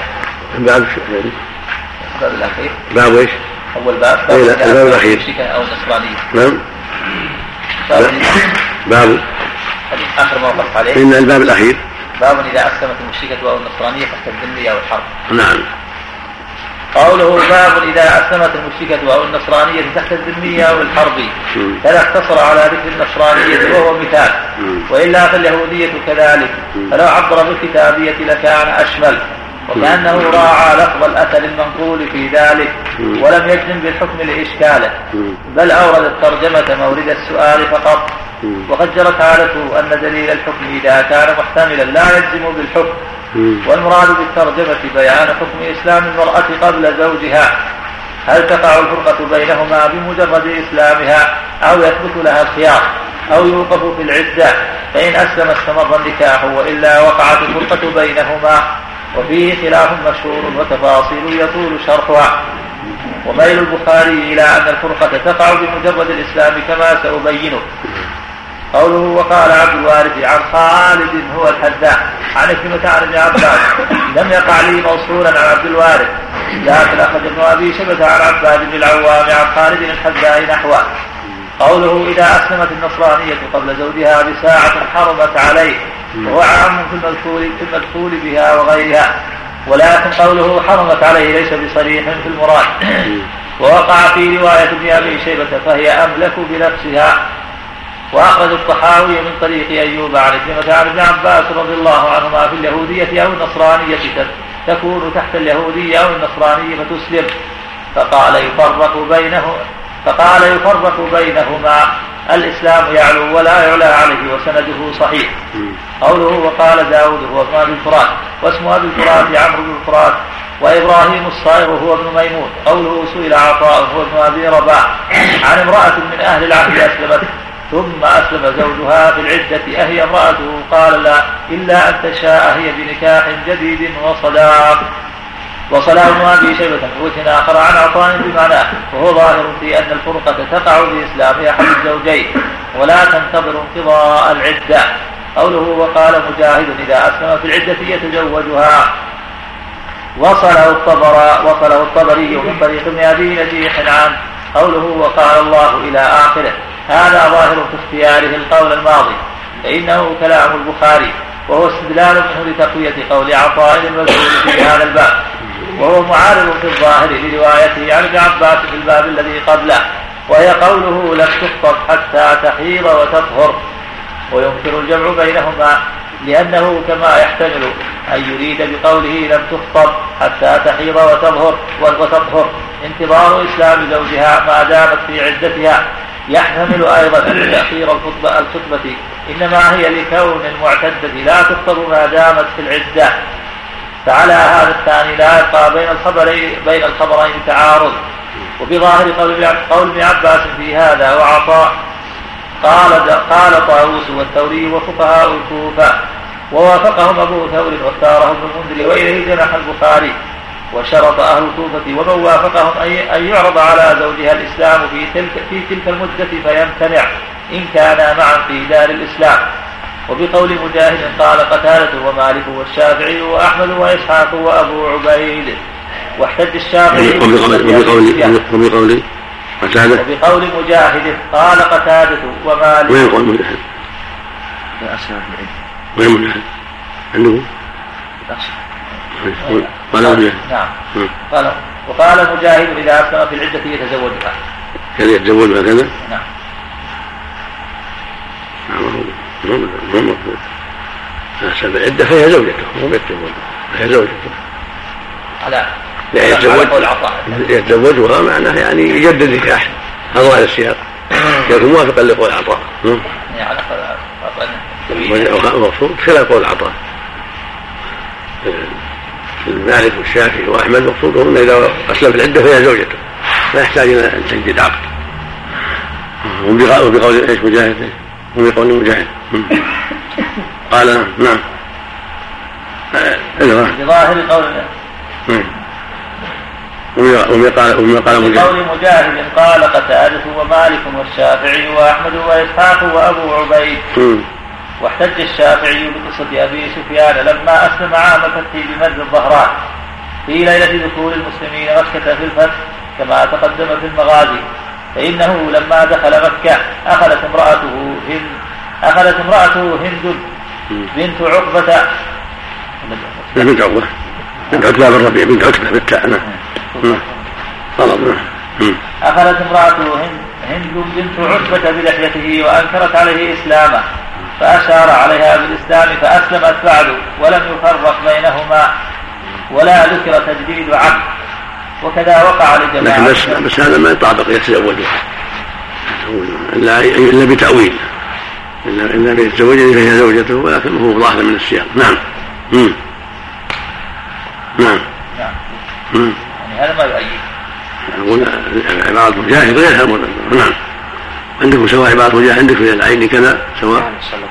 باب الأخير. باب إيش؟ أول باب الباب الأخير. أو النصرانية. نعم. باب آخر ما وقف عليه. إن الباب الأخير. باب إذا أسلمت المشركة أو النصرانية تحت الذمة أو الحرب. نعم. قوله باب إذا أسلمت المشركة أو النصرانية تحت الذمية أو الحرب، فلا اقتصر على ذكر النصرانية وهو مثال، وإلا فاليهودية كذلك، فلو عبر بالكتابية لكان أشمل، وكأنه راعى لفظ الأثر المنقول في ذلك ولم يجزم بالحكم لإشكاله، بل أورد الترجمة مورد السؤال فقط. وقد جرت عادته أن دليل الحكم إذا كان محتملا لا يجزم بالحكم، والمراد بالترجمة بيان حكم إسلام المرأة قبل زوجها، هل تقع الفرقة بينهما بمجرد إسلامها أو يثبت لها الخيار أو يوقف في العدة، فإن أسلم استمر النكاح وإلا وقعت الفرقة بينهما، وفيه خلاف مشهور وتفاصيل يطول شرحها. وميل البخاري إلى أن الفرقة تقع بمجرد الإسلام كما سأبينه. قوله وقال عبد الوارث عن خالد هو الحذاء عن كلمة عن ابن عباس لم يقع لي موصولا عن عبد الوارث، لكن أخذ ابن أبي شيبة عن عباد بن العوام عن خالد الحذاء نحوه. قوله إذا أسلمت النصرانية قبل زوجها بساعة حرمت عليه، وهو عام في المدخول بها وغيرها، ولكن قوله حرمت عليه ليس بصريح في المراد. ووقع في رواية ابن أبي شيبة فهي أملك بنفسها. وأخرج الطحاوي من طريق أيوب عن ابن عباس رضي الله عنهما في اليهودية أو النصرانية تكون تحت اليهودية أو النصرانية فتسلم، فقال يفرق بينهما الإسلام يعلو ولا يعلى عليه، وسنده صحيح. قوله وقال داود هو ابن أبي الفرات، واسم أبي الفرات عمرو بن الفرات، وإبراهيم الصائغ هو ابن ميمون. قوله سئل عطاء هو ابن أبي رباح عن امرأة من أهل العهد أسلمت ثم أسلم زوجها في العدة أهي امرأته؟ قال لا، إلا أن تشاء هي بنكاح جديد وصداق. وصلاه ابن أبي شيبة وجه آخر عن عطاء بمعناه، وهو ظاهر في أن الفرقة تقع بإسلام أحد الزوجين ولا تنتظر انقضاء العدة. قوله وقال مجاهد إذا أسلم في العدة يتزوجها. وصله الطبري من طريق ابن أبي نجيح عنه. قوله وقال الله إلى آخره، هذا ظاهر في اختياره القول الماضي، فإنه كلام البخاري، وهو استدلال منه لتقوية قول عطاء المذكور في هذا الباب، وهو معارض في الظاهر لروايته عن ابن عباس في الباب الذي قبله، وهي قوله لم تخطب حتى تحيض وتطهر. ويمكن الجمع بينهما، لأنه كما يحتمل أن يريد بقوله لم تخطب حتى تحيض وتطهر انتظار إسلام زوجها ما دامت في عدتها، يحتمل أيضا أن تأخير الخطبة إنما هي لكون المعتدة لا تخطب ما دامت في العدة. فعلى هذا الثاني لا يبقى بين الخبرين تعارض. وبظاهر قول ابن عباس في هذا وعطاء قال طاووس والثوري وفقهاء الكوفة، ووافقهم أبو ثور واختاره ابن المنذر، وإليه جنح البخاري. وشرط أهل الكوفة ومن وافقهم أن يعرض على زوجها الإسلام في تلك المدة فيمتنع إن كان معا في دار الإسلام. وبقول مجاهد قال قتادة ومالك والشافعي وأحمد وإسحاق وأبو عبيد. واحتج الشافعي وبقول قتادة وبقول مجاهد قال قتادة ومالك. وين قول مجاهد؟ وين مجاهد؟ عنده؟ قال مجاهد. نعم. وقال مجاهد إذا أسلم في العدة يتزوجها. كان يتزوجها كذا؟ نعم. أسلم العدة فهي زوجته مو يتزوجها، فهي زوجته. على يتزوجها معناه يعني يجدد نكاح. هذا ظاهر السياق يكون موافقا لقول عطاء. على المقصود خلاف قول عطاء. مالك والشافعي وأحمد مقصودهم إذا أسلم في العدة فهي زوجته لا يحتاج إلى تجديد عقد. وبقول إيش مجاهد؟ وبقول مجاهد قال نعم بظاهر قوله. وما قال مجاهد قال قتادة ومالك والشافعي وأحمد وإسحاق وأبو عبيد. واحتج الشافعي بقصة أبي سفيان لما أسلم عام الفتح بمد الظهران في ليلة دخول المسلمين مكة في الفتح كما تقدم في المغازي، فإنه لما دخل مكة أخذت امرأته هند بنت عقبة بن عتبة بن ربيع بنت عتبة بالتاء. أخذت امرأته هند بنت عتبة بلحيته وأنكرت عليه إسلامه فأشار عليها بالإسلام فأسلمت بعد ولم يفرق بينهما ولا ذكر تجديد عقد. وكذا وقع لجماعة. بس هذا ما يطابق يتزوجها إلا بتأويل إلا بيتزوجني فهي زوجته ولكن هو ظاهر من السياق. نعم. يعني هذا ما يؤيد. أقول عبارة مجاهد غيرها. نعم. عندكم سواء عبارة مجاهد عندك في العين كذا سواء.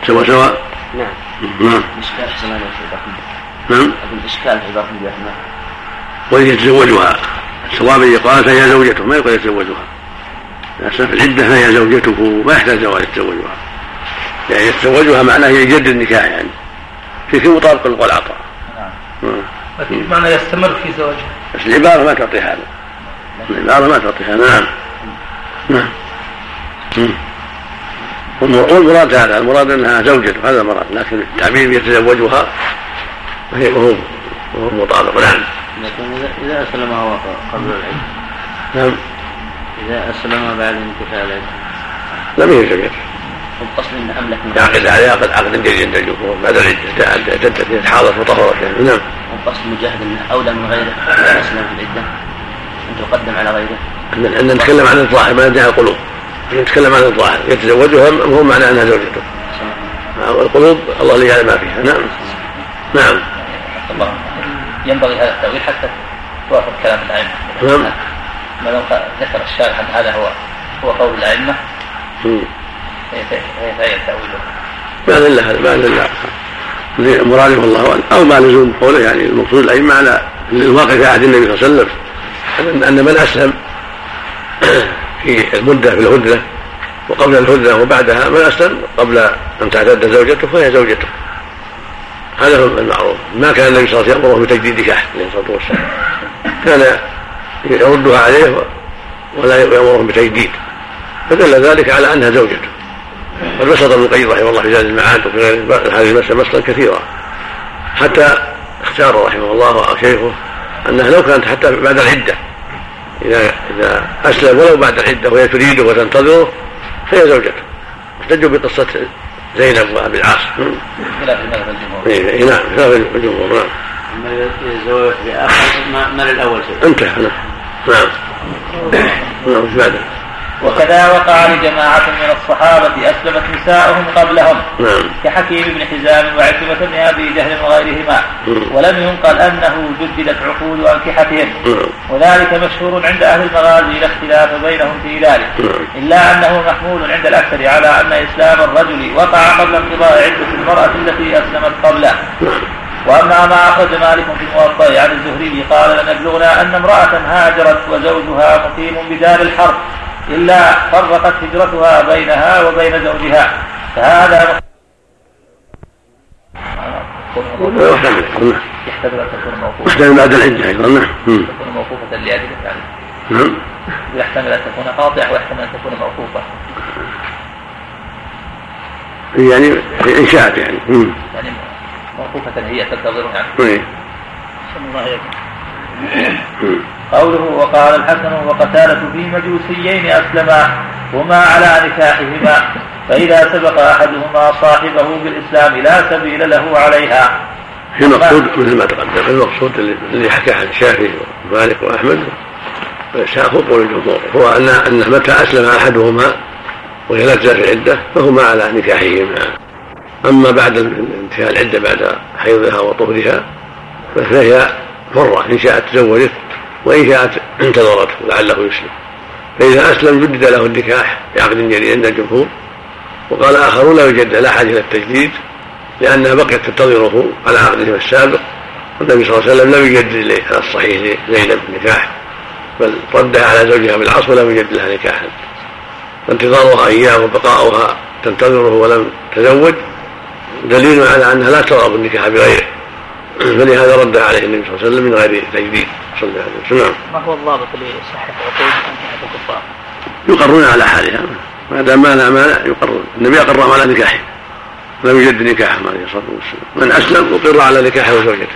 نعم. إشكال حسن الله نعم. أقول إشكال عبارة مجاهد. ويتزوجها سواء يقال فهي زوجته ما يقول يتزوجها. في العدة فهي زوجته ما يحتاج زواج يتزوجها يعني يتزوجها معناه يجدد النكاح يعني في مطابق القول عطاء. لكن معنى يستمر في زواجها بس العبارة ما تعطي هذا. العبارة ما تعطي هذا. نعم. والمراد هذا المراد أنها زوجته هذا المراد لكن التعبير يتزوجها وهو مطابق. نعم. لكن إذا أسلمها قبل العيد. نعم. إذا أسلم بعد انتفاء العيد لم يزوج. القصد إن أملك يعقد عليه عقد جديد يجوز بعد العدة تدت حاضر وطهرت يعني. نعم. القصد مجاهد أنه أولى من غيره إذا أسلم في العدة أن تقدم على غيره. أن نتكلم عن الظاهر ما ندعي القلوب. نتكلم عن الظاهر يتزوجها هو معنى أنها زوجته. القلوب الله اللي يعلم ما فيها. نعم. نعم. الله ينبغي هذا التأويل حتى توافق كلام الأئمة. نعم. ما لو ذكر الشارح أن هذا هو قول الأئمة فهي التأويل. ما لله هذا ما لله مراده الله أعلم أو ما لزوم قوله يعني المقصود الأئمة على الواقع في عهد النبي صلى الله عليه وسلم أن من أسلم في المدة في الهدنة وقبل الهدنة وبعدها من أسلم قبل أن تعتد زوجته فهي زوجته. هذا هو المعروف. ما كان النبي صلى الله عليه وسلم يأمره بتجديد نكاح عليه الصلاة والسلام كان يردها عليه ولا يأمره بتجديد فدل ذلك على أنها زوجته. فالبسط ابن القيم رحمه الله في زاد المعاد وفي غير هذه المسألة مسألة كثيرة حتى اختار رحمه الله وشيخه أنها لو كانت حتى بعد العدة إذا أسلم ولو بعد العدة وهي تريده وتنتظره فهي زوجته. احتجوا بقصة زينب وأبي العاص. خلاف الجمهور. نعم خلاف الجمهور. نعم. أما يتزوج بآخر ما للأول شيء. انتهى. نعم. نعم. بعده. وكذا وقع لجماعة من الصحابة أسلمت نساؤهم قبلهم كحكيم بن حزام وعكرمة بن أبي جهل وغيرهما ولم ينقل أنه جددت عقود أنكحتهم وذلك مشهور عند أهل المغازي لا اختلاف بينهم في ذلك إلا أنه محمول عند الأكثر على أن إسلام الرجل وقع قبل انقضاء عدة المرأة التي أسلمت قبله. وأما ما أخرج مالك في الموطأ عن الزهري قال لم يبلغنا أن امرأة هاجرت وزوجها مقيم بدار الحرب إلا فرقت هجرتها بينها وبين زوجها فهذا يحتمل أن تكون موقوفة. يحتمل بعد العدة أيضا. نعم. تكون موقوفة لأجل يعني. نعم. يحتمل أن تكون قاطعة ويحتمل أن تكون موقوفة. يعني إن شاءت يعني. يعني موقوفة هي تنتظر يعني. قوله وقال الحسن وقتالة في مجوسيين أسلما هما على نكاحهما فإذا سبق أحدهما صاحبه بالإسلام لا سبيل له عليها. في مقصود مثل ما تقدم المقصود اللي حكى عن الشافعي ومالك وأحمد قول الجمهور هو أن متى أسلم أحدهما وهي لا تزال في العدة فهما على نكاحهما. أما بعد انتهاء العدة بعد حيضها وطهرها فهي حرة إن شاءت تزوجت وإن شاءت انتظرته لعله يسلم. فإذا أسلم جدد له النكاح بعقد جديد عند الجمهور. وقال آخرون لا يجدد لا حاجة إلى التجديد لأنها بقيت تنتظره على عقده السابق والنبي صلى الله عليه وسلم لم يجدد إليه على الصحيح زينب النكاح بل ردها على زوجها بالعصر ولم يجدد لها نكاحا. فانتظارها إياه وبقاؤها تنتظره ولم تزوج دليل على أنها لا ترغب النكاح بغيره فلهذا رد عليه النبي صلى الله عليه وسلم من غير تجديد صلى الله عليه وسلم. ما هو الضابط لصحة عقود أنكحة الكفار؟ يقرون على حالها ما دام ما لا مانع يقرون. النبي أقرهم على نكاحه لم يجد نكاحهم عليه الصلاة والسلام. من أسلم أقر على نكاحه وزوجته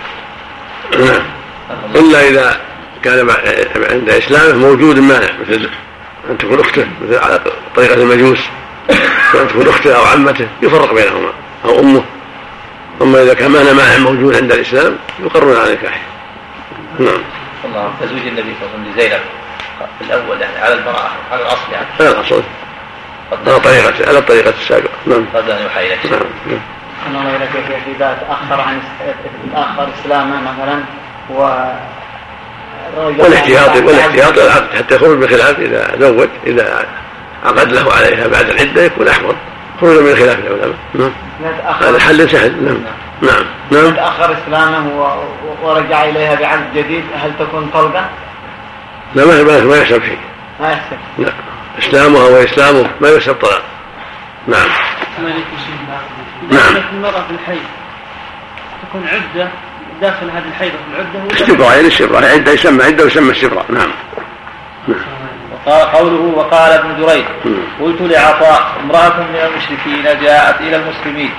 إلا إذا كان عند إسلامه موجود مانع مثل أن تكون أخته مثل على طريقة المجوس وأن تكون أخته أو عمته يفرق بينهما أو أمه. أما إذا كان مانع موجود عند الإسلام يقرون على نكاحه. نعم. الله تزوج النبي صلى الله عليه وسلم لزينب في الأول يعني على البراءة على الأصل يعني. على الأصل على الطريقة السابقة. نعم. قبل أن يوحى إليك. نعم. أنا إليك إذا تأخر إسلامه مثلا والاحتياط العقد حتى يخرج بخلاف إذا زوج إذا عقد له عليها بعد العدة يكون أحمر خروج من خلاف العلماء. نعم. هذا حل سهل. نعم. نعم. نعم. تأخر إسلامه ورجع إليها بعقد جديد هل تكون طلقة؟ لا ما يحسب شيء. ما يحسب. لا إسلامها وإسلامه ما يحسب طلاق. نعم. نعم. المرأة في الحيض تكون عدة داخل هذه الحيضة في العدة استبراء الشبراء عدة يسمى عدة ويسمى الشبراء. نعم. قوله وقال ابن جريج قلت لعطاء امرأة من المشركين جاءت إلى المسلمين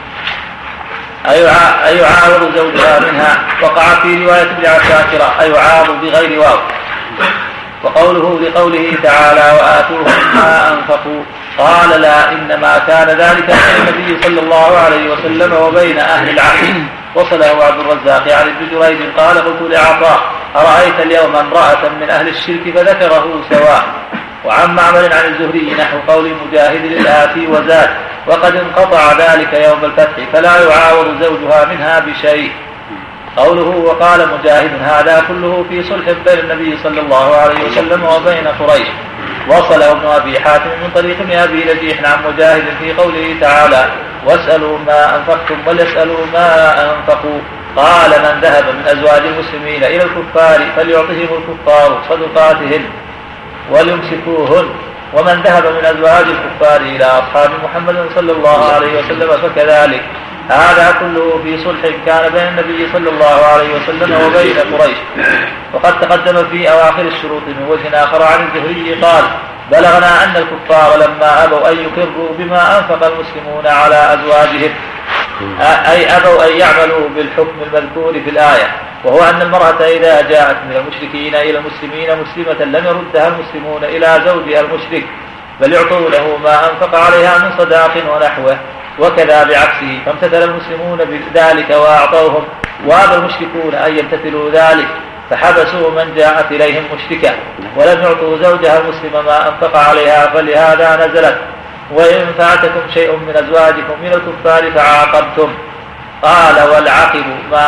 أيعاوض زوجها منها وقع في رواية ابن عساكر أيعاوض بغير واو. وقوله لقوله تعالى وآتوهم ما أنفقوا قال لا إنما كان ذلك بين النبي صلى الله عليه وسلم وبين أهل العهد. وصله عبد الرزاق عن ابن جريج قال قلت لعطاء أرأيت اليوم امرأة من أهل الشرك فذكره سواء. وعن معمر عن الزهري نحو قول مجاهد للآتي وزاد وقد انقطع ذلك يوم الفتح فلا يعاوض زوجها منها بشيء. قوله وقال مجاهد هذا كله في صلح بين النبي صلى الله عليه وسلم وبين قريش. وصله ابن أبي حاتم من طريق ابن أبي نجيح عن مجاهد في قوله تعالى واسألوا ما أنفقتم وليسألوا ما أنفقوا. قال من ذهب من أزواج المسلمين إلى الكفار فليعطهم الكفار صدقاتهن وليمسكوهن ومن ذهب من أزواج الكفار إلى أصحاب محمد صلى الله عليه وسلم فكذلك. هذا كله في صلح كان بين النبي صلى الله عليه وسلم وبين قريش. وقد تقدم في أواخر الشروط من وجه آخر عن الزهري قال بلغنا أن الكفار لما أبوا أن يقروا بما أنفق المسلمون على أزواجهم أي أبوا أن يعملوا بالحكم المذكور في الآية وهو أن المرأة إذا جاءت من المشركين إلى المسلمين مسلمة لم يردها المسلمون إلى زوجها المشرك بل يعطوا له ما أنفق عليها من صداق ونحوه وكذا بعكسه فامتثل المسلمون بذلك وأعطوهم وأبى المشركون أن يمتثلوا ذلك فحبسوا من جاءت إليهم مشركة ولم يعطوا زوجها المسلم ما أنفق عليها فلهذا نزلت وإن فاتكم شيء من أزواجكم من الكفار فعاقبتم. قال والعقب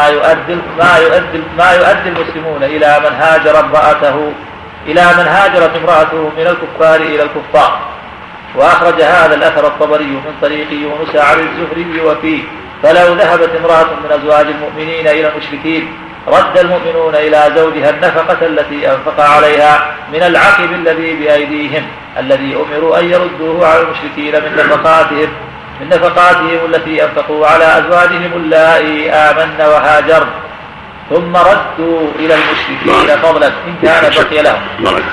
ما يؤدي المسلمون إلى من هاجرت امرأته من الكفار إلى الكفار. وأخرج هذا الأثر الطبري من طريق يونس عن الزهري وفيه فلو ذهبت امرأة من أزواج المؤمنين إلى المشركين رد المؤمنون إلى زوجها النفقة التي أنفق عليها من العقب الذي بأيديهم الذي أمروا أن يردوه على المشركين من من نفقاتهم التي أنفقوا على أزواجهم اللائي آمن وهاجرن ثم ردوا إلى المشركين فضلا إن كان بقي لهم.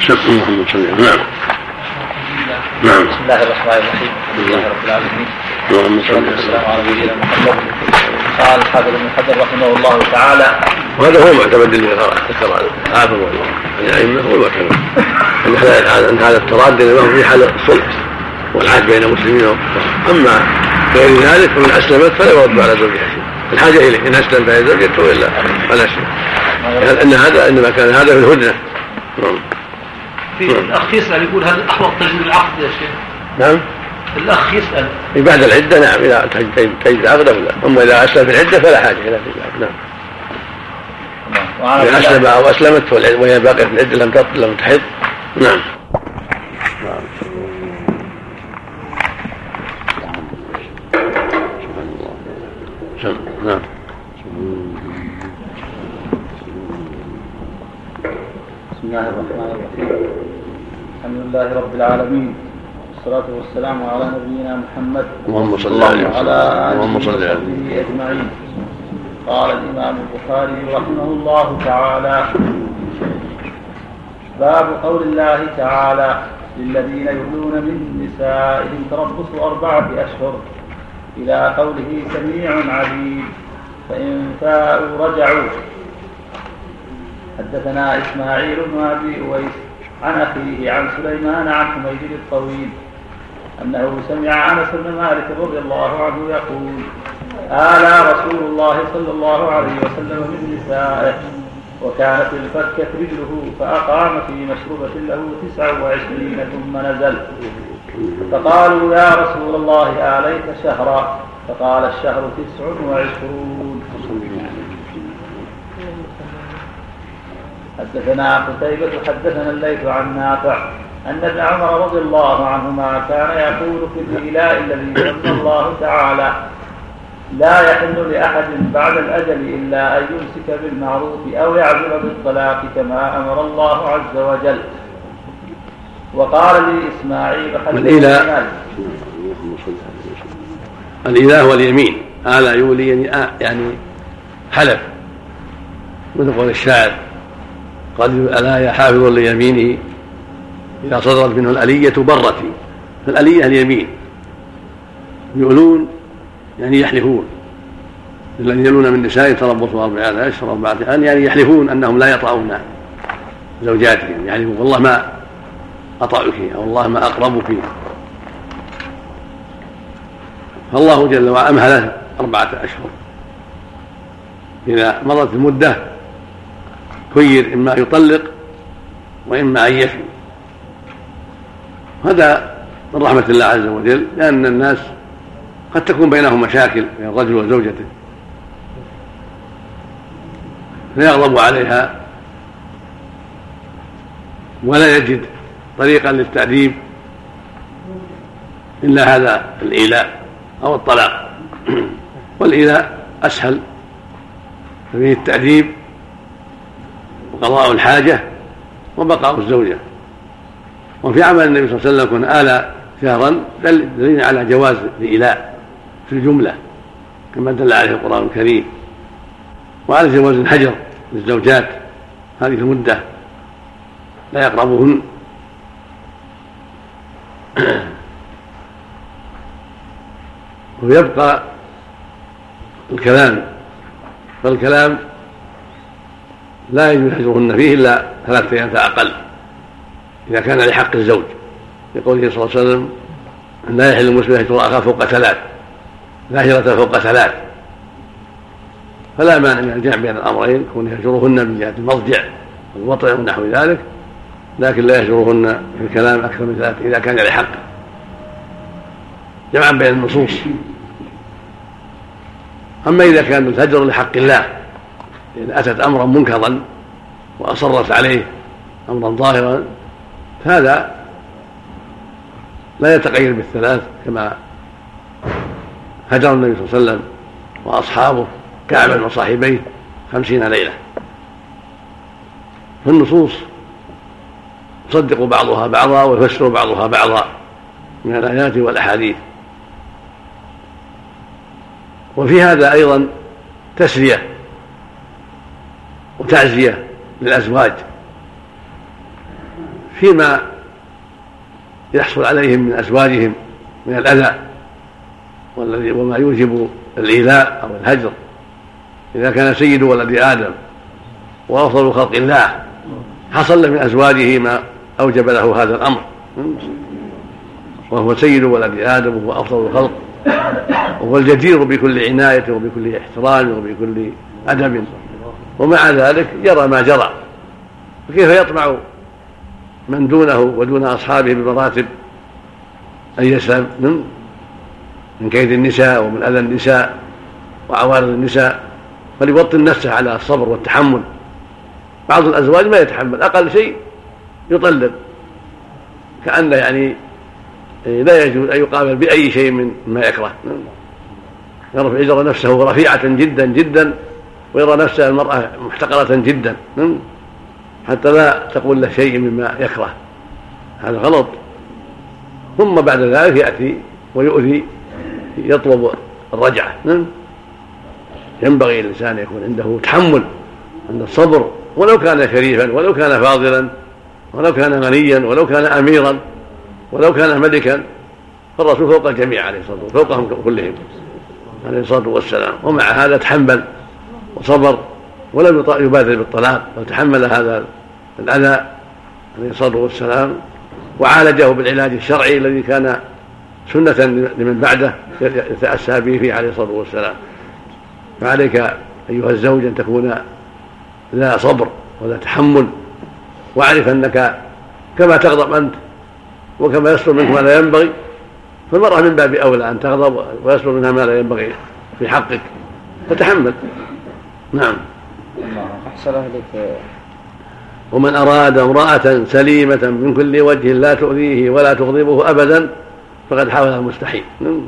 نعم. بسم الله الرحمن الرحيم. الحمد لله رب العالمين والصلاة والسلام على نبينا محمد. قال الحافظ ابن حجر رحمه الله تعالى وهذا هو المعتمد اللي ذكر الحافظ والأئمة هو المعتمد أن هذا التراضي له في حال الصلح والعهد بين المسلمين والكفار. أما غير ذلك فمن أسلمت فلا يرد على زوجها شيء الحاجة إليه إن أسلم فهي زوجته ولا شيء أن هذا إنما كان هذا في الهدنة. في الأخ يسأل يقول هل الأحوط تجديد العقد يا شيخ؟ نعم. الأخ يسأل بعد العدة نعم إذا تجد عقده لا، أما إذا أسلم في العدة فلا حاجة إلى تجديد عقد. نعم. إذا أسلم أو أسلمت وهي باقية في العدة لم تحض. نعم. نعم. بسم الله الرحمن الرحيم. الحمد لله رب العالمين والصلاة والسلام على نبينا محمد اللهم صل عليه وعلى آله وصحبه أجمعين. قال الإمام البخاري رحمه الله تعالى باب قول الله تعالى للذين يؤلون من نسائهم تربص 4 أشهر إلى قوله سميع عليم فإن فاءوا رجعوا. حدثنا إسماعيل بن أبي أويس عن أخيه عن سليمان عن حميد الطويل أنه سمع أنس بن مالك رضي الله عنه يقول آلى رسول الله صلى الله عليه وسلم من نسائه وكانت الفكة رجله فأقام في مشروبة له 29 ثم نزل فقالوا يا رسول الله آليت شهرا فقال الشهر 29. حدثنا قتيبة حدثنا الليث عن نافع أن ابن عمر رضي الله عنهما كان يقول في الإيلاء الذي سمى الله تعالى لا يحل لأحد بعد الأجل إلا أن يمسك بالمعروف أو يعزل بالطلاق كما أمر الله عز وجل. وقال لي إسماعيل الإله واليمين آلا يولي يعني حلف مثل قول الشاعر قد ألا يا حافظ ليمينه إذا صدرت منه الألية برتي. فالألية اليمين يؤلون يعني يحلفون الذين يلون من نساء تربصوا 4 أشهر 4 يعني يحلفون أنهم لا يطأون زوجاتهم يعني والله ما أطأك أو الله ما أقربك. فالله جل وعلا أمهله 4 أشهر إذا مضت المدة خير إما يطلق وإما أن يفي. هذا من رحمة الله عز وجل لأن الناس قد تكون بينهم مشاكل بين الرجل وزوجته فيغضب عليها ولا يجد طريقا للتأديب إلا هذا الإيلاء أو الطلاق. والإيلاء أسهل فيه التأديب وقضاء الحاجة وبقاء الزوجة. وفي عمل النبي صلى الله عليه وسلم كن آل شهرا دليل على جواز الإيلاء في الجملة كما دل عليه القرآن الكريم وعلى جواز الهجر للزوجات هذه المدة لا يقربهن. ويبقى الكلام فالكلام لا يجوز هجرهن فيه إلا 3 أيام أقل إذا كان لحق الزوج لقوله صلى الله عليه وسلم لا يحل المسلم هجر أخاه فوق 3 لا هجرة فوق 3. فلا مانع من الجمع بين الأمرين كون يهجرهن من جهة المضجع والوطئ ونحو ذلك لكن لا يهجرهن في الكلام أكثر من 3 إذا كان لحق جمعا بين النصوص. أما إذا كان الهجر لحق الله إن أتت أمرا منكرا وأصرت عليه أمرا ظاهرا فهذا لا يتقيد بال3 كما هجر النبي صلى الله عليه وسلم وأصحابه كعبا وصاحبيه 50 ليلة. فالنصوص يصدق بعضها بعضا ويفسر بعضها بعضا من الآيات والأحاديث. وفي هذا أيضا تسلية وتعزية للأزواج فيما يحصل عليهم من أزواجهم من الأذى وما يوجب الإيذاء أو الهجر. إذا كان سيد ولد آدم وأفضل خلق الله حصل له من أزواجه ما أوجب له هذا الأمر، وهو سيد ولد آدم وهو أفضل الخلق وهو الجدير بكل عناية وبكل احترام وبكل أدب، ومع ذلك يرى ما جرى. فكيف يطمع من دونه ودون أصحابه بمراتب أن يسلم من كيد النساء ومن أذى النساء وعوارض النساء، فليبطل نفسه على الصبر والتحمل. بعض الأزواج ما يتحمل، أقل شيء يطلق، كأنه يعني لا يجوز أن يقابل بأي شيء من ما يكره، يرى نفسه رفيعة جدا جدا ويرى نفسه المرأة محتقرة جدا حتى لا تقول له شيء مما يكره، هذا غلط. ثم بعد ذلك يأتي ويؤذي يطلب الرجعة. ينبغي الإنسان يكون عنده تحمل، عنده الصبر، ولو كان شريفا ولو كان فاضلا ولو كان غنيا ولو كان أميرا ولو كان ملكا، فالرسول فوق الجميع عليه الصلاة والسلام، فوقهم كلهم عليه الصلاة والسلام، ومع هذا تحمل وصبر ولم يبادر بالطلاق، وتحمل هذا الأذى عليه الصلاة والسلام وعالجه بالعلاج الشرعي الذي كان سنة لمن بعده يتأسى به فيه عليه الصلاة والسلام. فعليك أيها الزوج أن تكون ذا صبر وذا تحمل، واعرف أنك كما تغضب أنت وكما يصدر منك ما لا ينبغي، فالمرأة من باب أولى أن تغضب ويصدر منها ما لا ينبغي في حقك، فتحمل. نعم. أحسن أهلك. ومن أراد امرأة سليمة من كل وجه لا تؤذيه ولا تغضبه أبدا فقد حاول المستحيل.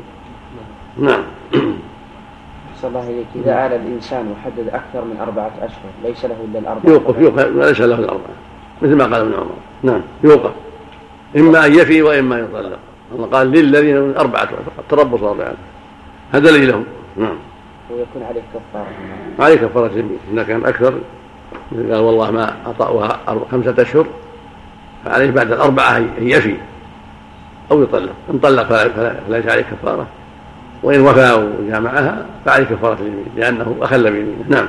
نعم. أحسن الله إليك. إذا عال الإنسان وحدد أكثر من 4 أشهر ليس له إلا الأربعة، يوقف ليس له الأربعة، مثل ما قال ابن عمر. نعم، يوقف، إما أن يفي وإما أن يطلق. الله قال للذين من 4 فقط تربصوا 4، هذا الذي لهم. نعم. ويكون عليه كفارة. عليه كفارة يمين إذا كان أكثر، قال والله ما أطأها 5 أشهر فعليه بعد 4 أن يفي أو يطلق. إن طلق فليس عليه كفارة، وإن وفى وجامعها فعليه كفارة اليمين لأنه أخل بيمينه. نعم.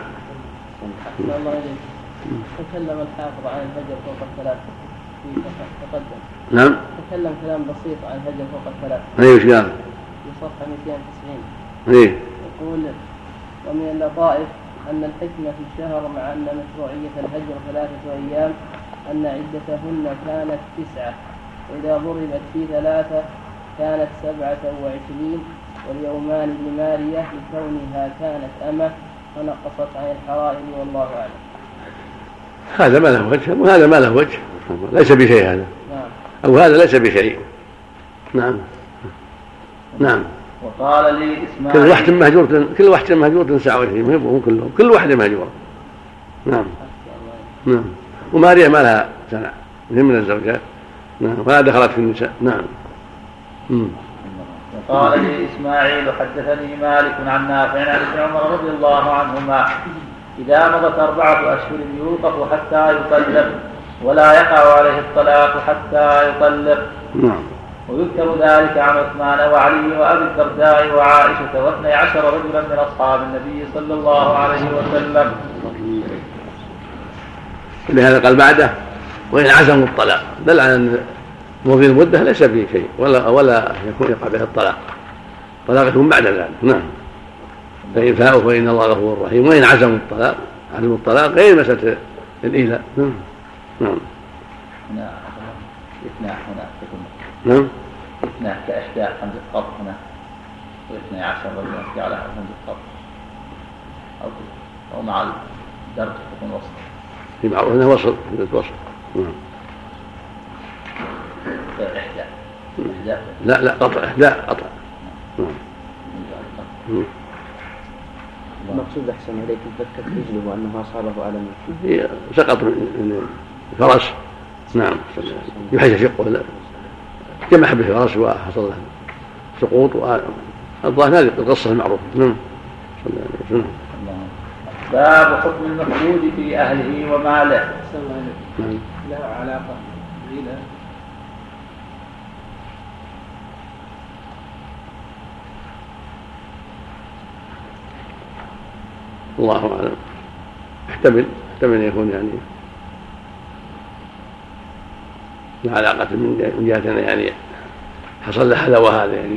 تكلم الحافظ عن الهجر فوق 3 في تقدم. نعم. تكلم كلام بسيط عن الهجر فوق 3. أي وش قال؟ في صفحة 290. إيه. يقول ومن اللطائف أن الحكمة في الشهر مع أن مشروعية الهجر 3 أيام أن عدتهن كانت 9، وإذا ضربت في 3 كانت 27، واليومان لمارية لكونها كانت أمة فنقصت عن الحرائر، والله أعلم. هذا ما له وجه وهذا ما له وجه، ليس بشيء هذا. نعم. أو هذا ليس بشيء. نعم. نعم. وقال لي إسماعيل كل واحد مهجور 29، مو كلهم، كل واحدة مهجورة. نعم. نعم. وماريا ما لها سنة، من الزوجات. نعم. ولا دخلت في النساء. نعم. وقال لي إسماعيل حدثني مالك عن نافع عن ابن عمر رضي الله عنهما إذا مضت 4 أشهر يوقف حتى يطلق ولا يقع عليه الطلاق حتى يطلق. نعم. ويذكر ذلك عن عثمان وعلي وأبي الدرداء وعائشة و12 رجلا من أصحاب النبي صلى الله عليه وسلم. لهذا قال بعده وإن عزموا الطلاق، دل على أن مضي المدة ليس فيه شيء ولا يكون يقع به الطلاق، الطلاق يكون بعد ذلك. نعم. فإن فاءوا فإن الله غفور رحيم. وإن عزموا الطلاق، عزموا الطلاق غير مسألة الإيذاء. نعم. نعم. نعم. اثناء كأشياء 5 خط هنا و12 رجلا جعلها 5 خط أو مع الدرج تكون وسط. في معروف أنه وصل. نعم. لا قطع. المقصود أحسن عليك فكت رجله وأنه أصابه ألم. هي سقط من الفرس. نعم. يحيى شقه جمح به الفرس وحصل له سقوط. الظاهر هذه القصة المعروفة. نعم. باب حكم المفقود في أهله وماله. له علاقة بلا الله أعلم. احتمل أن يكون يعني لا علاقة من جهة يعني حصل له هذا وهذا، يعني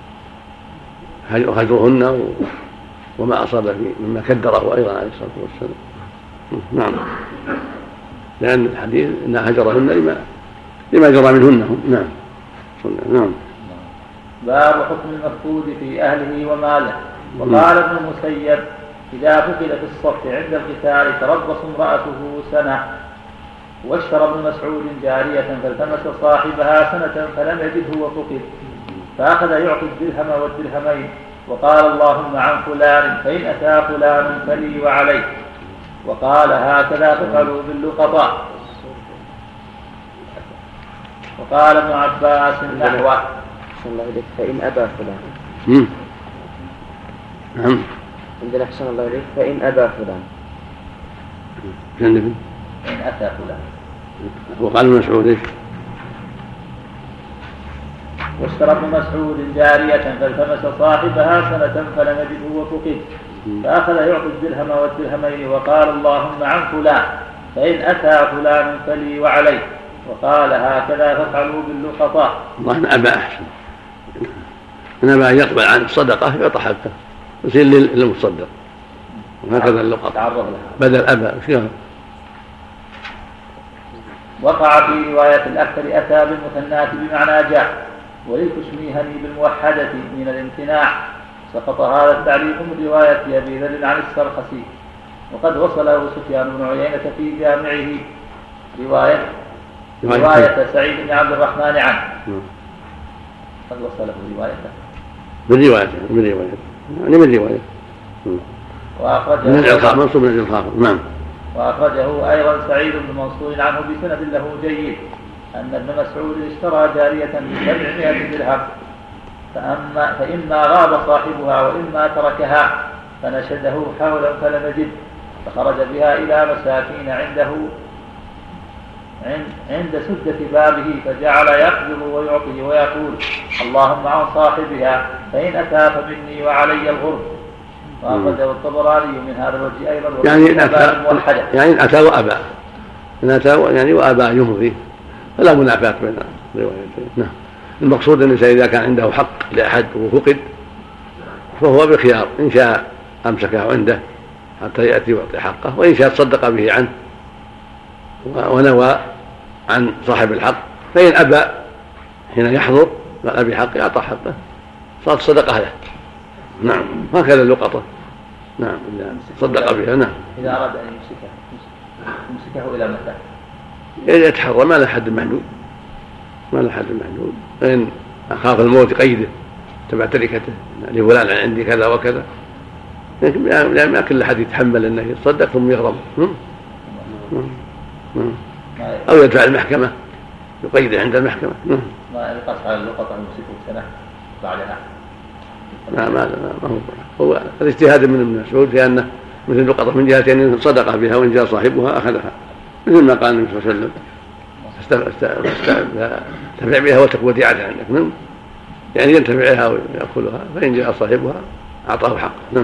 هجرهن وما أصاب فيه مما كدره أيضا عليه الصلاة والسلام. نعم، لأن الحديث إن هجرهن لما جرى منهن. نعم. نعم. باب حكم المفقود في أهله وماله. وقال ابن المسيب إذا فقد في الصف عند القتال تربص امرأته سنة. واشترى ابن مسعود جارية فالتمس صاحبها سنة فلم يجده وفقد، فأخذ يعطي الدرهم والدرهمين وقال اللهم عن فلان فإن أتى فلان فلي وعليه، وقال هكذا تفعلوا باللقطاء. وقال ابن عباس نحوه فإن أبى فلان. نعم. عندنا أحسن الله إليك فإن أبى فلان. إن أتى فلان. وقال ابن مسعود إيش؟ واشترى ابن مسعود جارية فالتمس صاحبها سنة فلم يجده وفقد، فأخذ يعطي الدرهم والدرهمين وقال اللهم عن فلان فإن أتى فلان فلي وعليه، وقال هكذا فافعلوا باللقطاء. والله أن أبى أحسن، إن أبى أن يقبل عن الصدقة يعطى حقه يصير للمتصدق، وهكذا اللقطة بدل أبى. وقع في رواية الأكثر أتى بالمثنات بمعنى جاء، وللكشميهني بالموحدة من الامتناع. سقط هذا التعليق من رواية أبي ذر عن السرخسي، وقد وصله سفيان بن عيينة في جامعه رواية سعيد بن عبد الرحمن عنه. قد وصله روايته من رواية وأخرجه منصوب بن الخافض. نعم. وأخرجه أيضا سعيد بن منصور عنه بسند له جيد أن ابن مسعود اشترى جارية ب700 درهم، فإما غاب صاحبها وإما تركها، فنشده حولا فلم يجد، فخرج بها إلى مساكين عنده عند سدة بابه، فجعل يقبض ويعطي ويقول اللهم عن صاحبها فإن أتى فمني وعلي الغرب. وأخرجه الطبراني من هذا الوجه أيضا. يعني إن أتى وأبى، إن أتى يعني وأبى يمضي، فلا منافاة بين الروايتين. نعم. المقصود أن الإنسان إذا كان عنده حق لأحد وفقد فهو بخيار، إن شاء أمسكه عنده حتى يأتي ويعطي حقه، وإن شاء تصدق به عنه ونوى عن صاحب الحق، فإن أبى حين يحضر قال أبي حقي أعطى حقه صارت صدقة له. نعم. هكذا اللقطة. نعم. إذا صدق بها. نعم. إذا أراد أن يمسكه إلى متى؟ يتحرى، ما له حد محدود، فإن أخاف الموت قيده تبع تركته لفلان عندي كذا وكذا، لكن ما كل أحد يتحمل أنه يتصدق ثم يغرم. أو يدفع المحكمة يقيده عند المحكمة. ما يقص على اللقطة يمسكه سنة بعدها. ما هو الاجتهاد من ابن مسعود في أنه مثل اللقطة من جهة أن صدق بها وإن جاء صاحبها أخذها، مثل ما قال النبي صلى الله عليه وسلم تنتفع بها وتكون وديعة عندك. يعني ينتفع بها ويأكلها، فإن جاء صاحبها أعطاه حقه.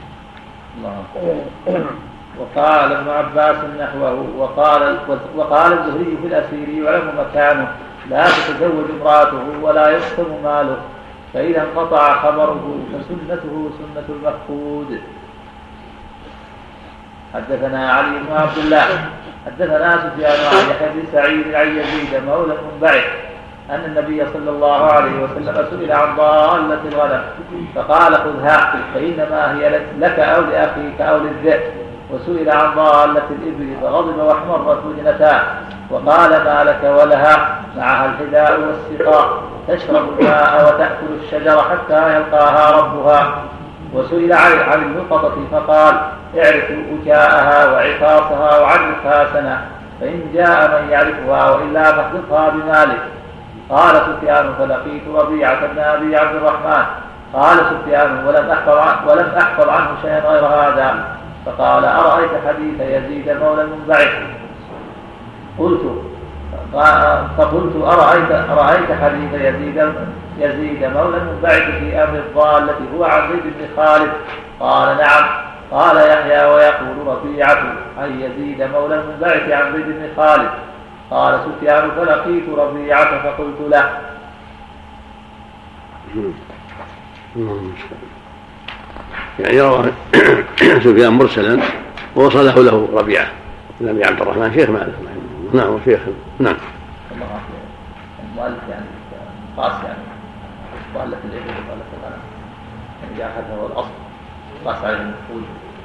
وقال ابن عباس نحوه. وقال الزهري في الأسير يعلم مكانه لا تتزوج امرأته ولا يقسم ماله، فإذا انقطع خبره فسنته سنة المفقود. حدثنا علي بن عبد الله حدثنا سفيان عن يحيى بن سعيد عن يزيد مولى المنبعث أن النبي صلى الله عليه وسلم سئل عن ضالة الغنم فقال خذها فإنما هي لك أو لأخيك أو للذئب، وسئل عن ضالة الإبل فغضب واحمرت وجنتاه وقال ما لك ولها معها الحذاء والسقاء تشرب الماء وتأكل الشجر حتى يلقاها ربها. وسئل عن اللقطة فقال اعرف وكاءها وعفاصها وعرفها سنة، فإن جاء من يعرفها وإلا فاحدثها بمالك. قال سفيان فلقيت ربيعة بن أبي عبد الرحمن قال سفيان ولم أحفظ عنه شيئا غير هذا. فقال أرأيت حديث يزيد مولى المنبعث؟ فقلت أرأيت حديث يزيد مولى المنبعث في أمر الضالة هو عن زيد بن خالد؟ قال نعم. قال يحيى ويقول ربيعة عن يزيد مولى المنبعث عن زيد بن خالد. قال سفيان فلقيت ربيعة فقلت له يعني روى سفيان مرسلا ووصله له ربيعة بن أبي عبد الرحمن شيخ مالك. نعم شيخ. نعم. المؤلف يعني قاس يعني ضالة الإبل وضالة الغنم يعني هذا هو الأصل قاس عليه المفعول.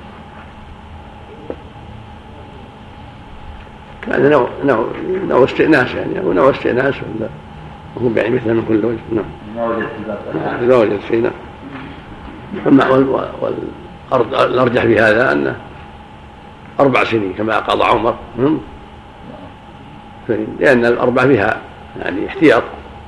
كان نوع استئناس يعني أو نوع استئناس وهو يعني مثل من كل وجه. نعم. ما وجد شيء. نعم. والأرض الأرجح في هذا أنه 4 سنين كما قضى عمر، لأن الأربع فيها يعني احتياط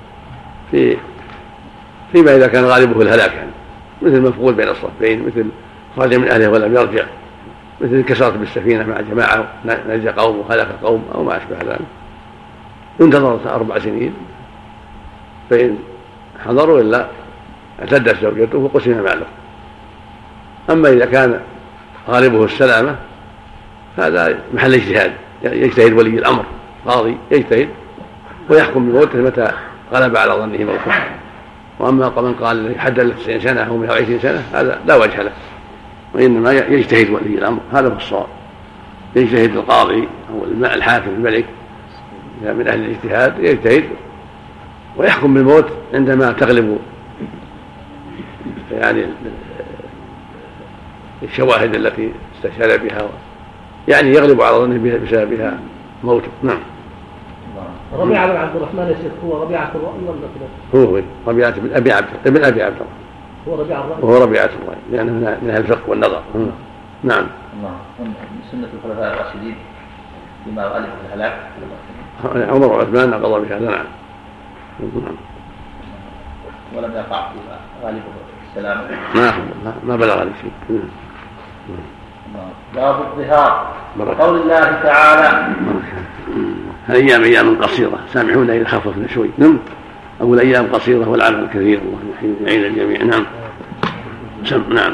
فيما إذا كان غالبه الهلاك يعني مثل مفقود بين الصفين، مثل خرج من أهله ولم يرجع، مثل انكسرت بالسفينة مع جماعة نجا قوم وهلك قوم أو ما أشبه ذلك. ينتظر 4 سنين فإن حضروا إلا اعتدت زوجته وقسم ماله. أما إذا كان غالبه السلامة هذا محل اجتهاد، يجتهد ولي الأمر قاضي يجتهد ويحكم بموته متى غلب على ظنه موته. وأما من قال حد 90 سنة أو 120 سنة هذا لا وجه له، وإنما يجتهد ولي الأمر. هذا هو الصواب، يجتهد القاضي أو الحاكم الملك من أهل الاجتهاد يجتهد ويحكم بالموت عندما تغلب يعني الشواهد التي استشهد بها يعني يغلب على ظنه بسببها موته. نعم. ربيعة بن عبد الرحمن الشيخ هو ربيعة الرأي ولا كذا؟ هو ربيعة بن أبي عبد الله. هو ربيعة الرأي لأنه من أهل الفقه والنظر. نعم. من سنة الخلفاء الراشدين بما غالب الهلاك عمر وعثمان قضى بهذا. نعم. ولم يقع في غالبه السلام. ما بلغ لي شيء. باب الظهار قول الله تعالى الأيام أيام قصيرة سامحونا إذا خففنا شوي. أو الأيام قصيرة والعمل كثير الله يعين الجميع. نعم. نعم.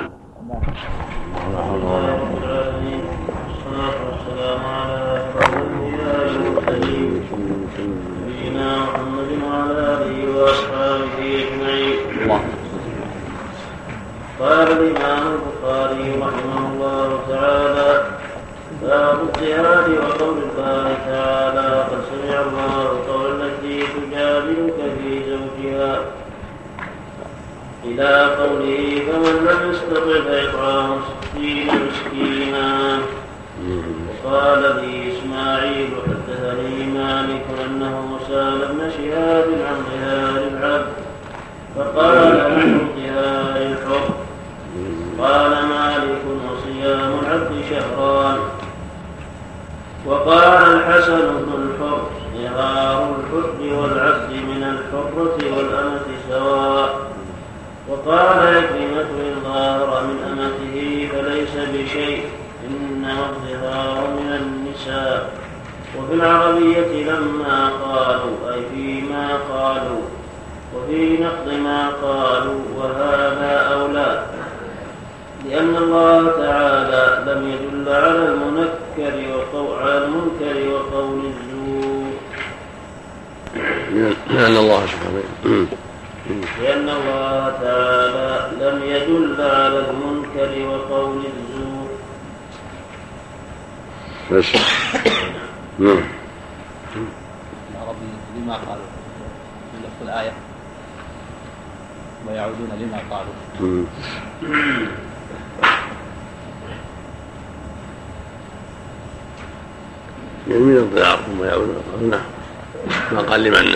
نبينا محمد وعلى آله وأصحابه أجمعين. قال الإمام البخاري رحمه الله تعالى باب الجهاد وقول الله تعالى قد سمع الله قول التي تجادلك في زوجها إلى قوله فمن لم يستطع فإطعام 60 مسكينا. وقال لي إسماعيل حدثني مالك أنه سأل ابن شهاب عن ظهار العبد فقال نحن ظهار الحر. قال مالك وصيام العبد شهران. وقال الحسن بن الحر ظهار الحر والعبد من الحرة والأمة سواء. وقال عكرمة إن ظهر من أمته فليس بشيء إنما الظهار من النساء. وفي العربية لما قالوا أي فيما قالوا وفي نقض ما قالوا وهذا أولى لأن الله تعالى لم يدل على المنكر وقول الزور لأن الله سبحانه لأن الله تعالى لم يدل على المنكر وقول الزور. بس نعم. لما قالوا في لفظ الآية ويعودون لما قالوا. يعني من الضياع ثم يعودون. نعم. ما قال لمعنى.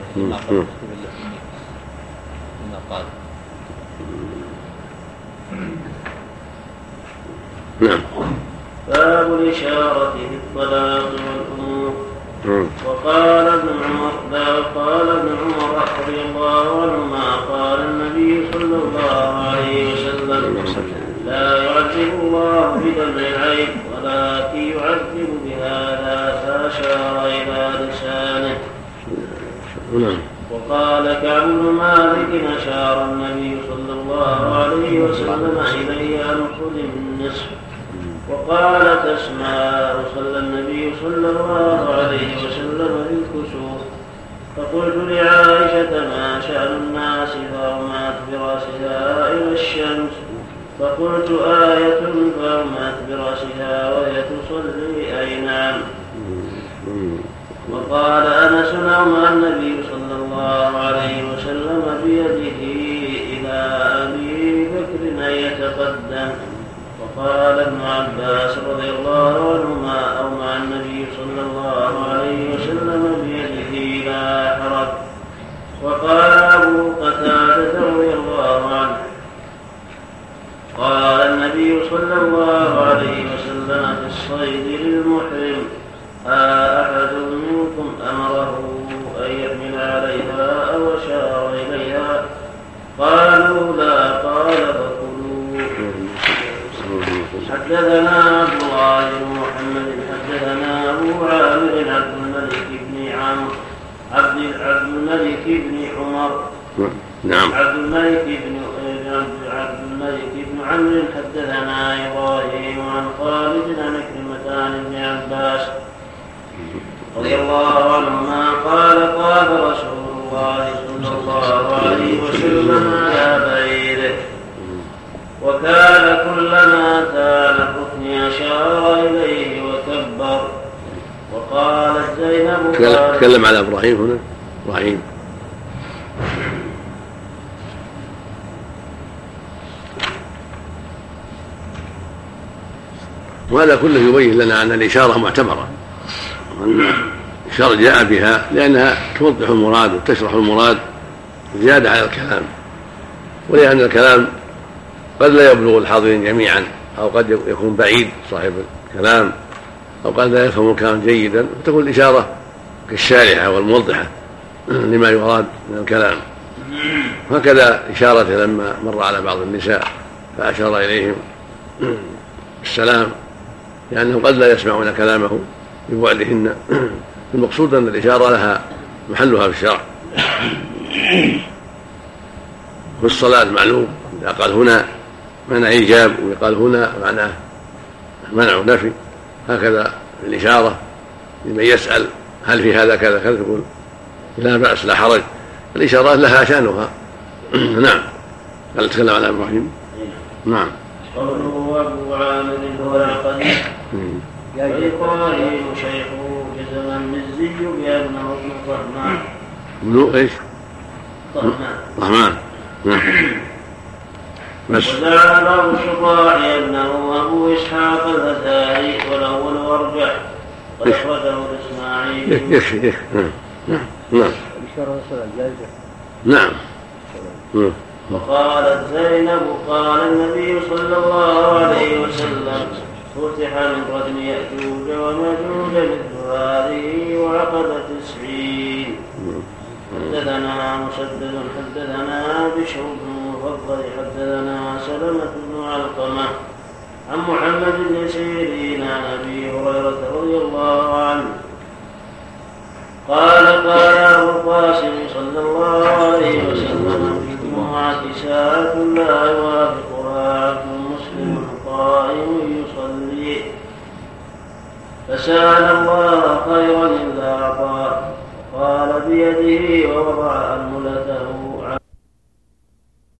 نعم. باب الإشارة في الطلاق والأمور. وقال ابن عمر رضي الله عنهما قال النبي صلى الله هذا فأشار إلى لسانه. وقال كعب بن مالك أشار النبي صلى الله عليه وسلم إلي أن خذ النصف. وقالت أسماء صلى النبي صلى الله عليه وسلم بالكسوف. فقلت لعائشة ما شأن الناس فأرمت برأسها إلى الشمس. فقلت آية فأرمت برأسها وهي تصلي أي نعم. وقال أنس نعم النبي صلى الله عليه وسلم بيده إلى أبي بكر أن يتقدم. وقال ابن عباس رضي الله عنهما أو مع النبي صلى الله عليه وسلم بيده لا حرج. وقال أبو قتادة رضي الله عنه قال النبي صلى الله عليه وسلم في الصيد للمحرم أحد منكم أمره أن يحمل عليها أو أشار إليها؟ قالوا لا. قال فكلوا. حدثنا عبد الله بن محمد حدثنا أبو عامر عبد الملك بن عمر نعم. عبد الملك بن عمرو حدثنا إبراهيم عن خالد عن عكرمة عن ابن عباس رضي الله عنهما قال قال رسول الله صلى الله عليه وسلم على بعيره وكان كلما كان الركن أشار إليه وكبر. وقالت زينب تكلم على إبراهيم هنا. إبراهيم وهذا كله يبين لنا أن الإشارة معتبرة، وأن الشرع جاء بها لأنها توضح المراد وتشرح المراد زيادة على الكلام، ولأن الكلام قد لا يبلغ الحاضرين جميعا، أو قد يكون بعيد صاحب الكلام، أو قد لا يفهم الكلام جيدا، فتكون الإشارة كالشارحة والموضحة لما يراد من الكلام. هكذا إشارة لما مر على بعض النساء فأشار إليهم السلام، لأنهم قد لا يسمعون كلامه ببعدهن. المقصود أن الإشارة لها محلها في الشرع. في الصلاة معلوم، إذا قال هنا معنى إيجاب ويقال هنا معنى منع نفي، هكذا الإشارة لمن يسأل هل في هذا كذا كذا يقول لا بأس لا حرج. الإشارات لها شأنها. نعم. قال تكلم على إبراهيم. نعم. قوله أبو عامر هو العقدي وإبراهيم شيخه جزم المزي بأنه ابن طهمان. ابن إيش؟ طهمان. نعم. وزعم بعض الشراح أنه أبو إسحاق الأثاري والأول أرجح وأخرجه الإسماعيلي. يكفي. نعم. نعم. وقالت زينب قال النبي صلى الله عليه وسلم فتح من ردم يأجوج وماجوج مثل هذه وعقد 90. حدثنا مسدد حدثنا بشر بن مفضل حدثنا سلمة بن علقمة عن محمد بن سيرين عن أبي هريرة رضي الله عنه قال قال أبو القاسم صلى الله عليه وسلم في الجمعة ساعة لا يوافقها عبد مسلم قائم يصلي. فسأل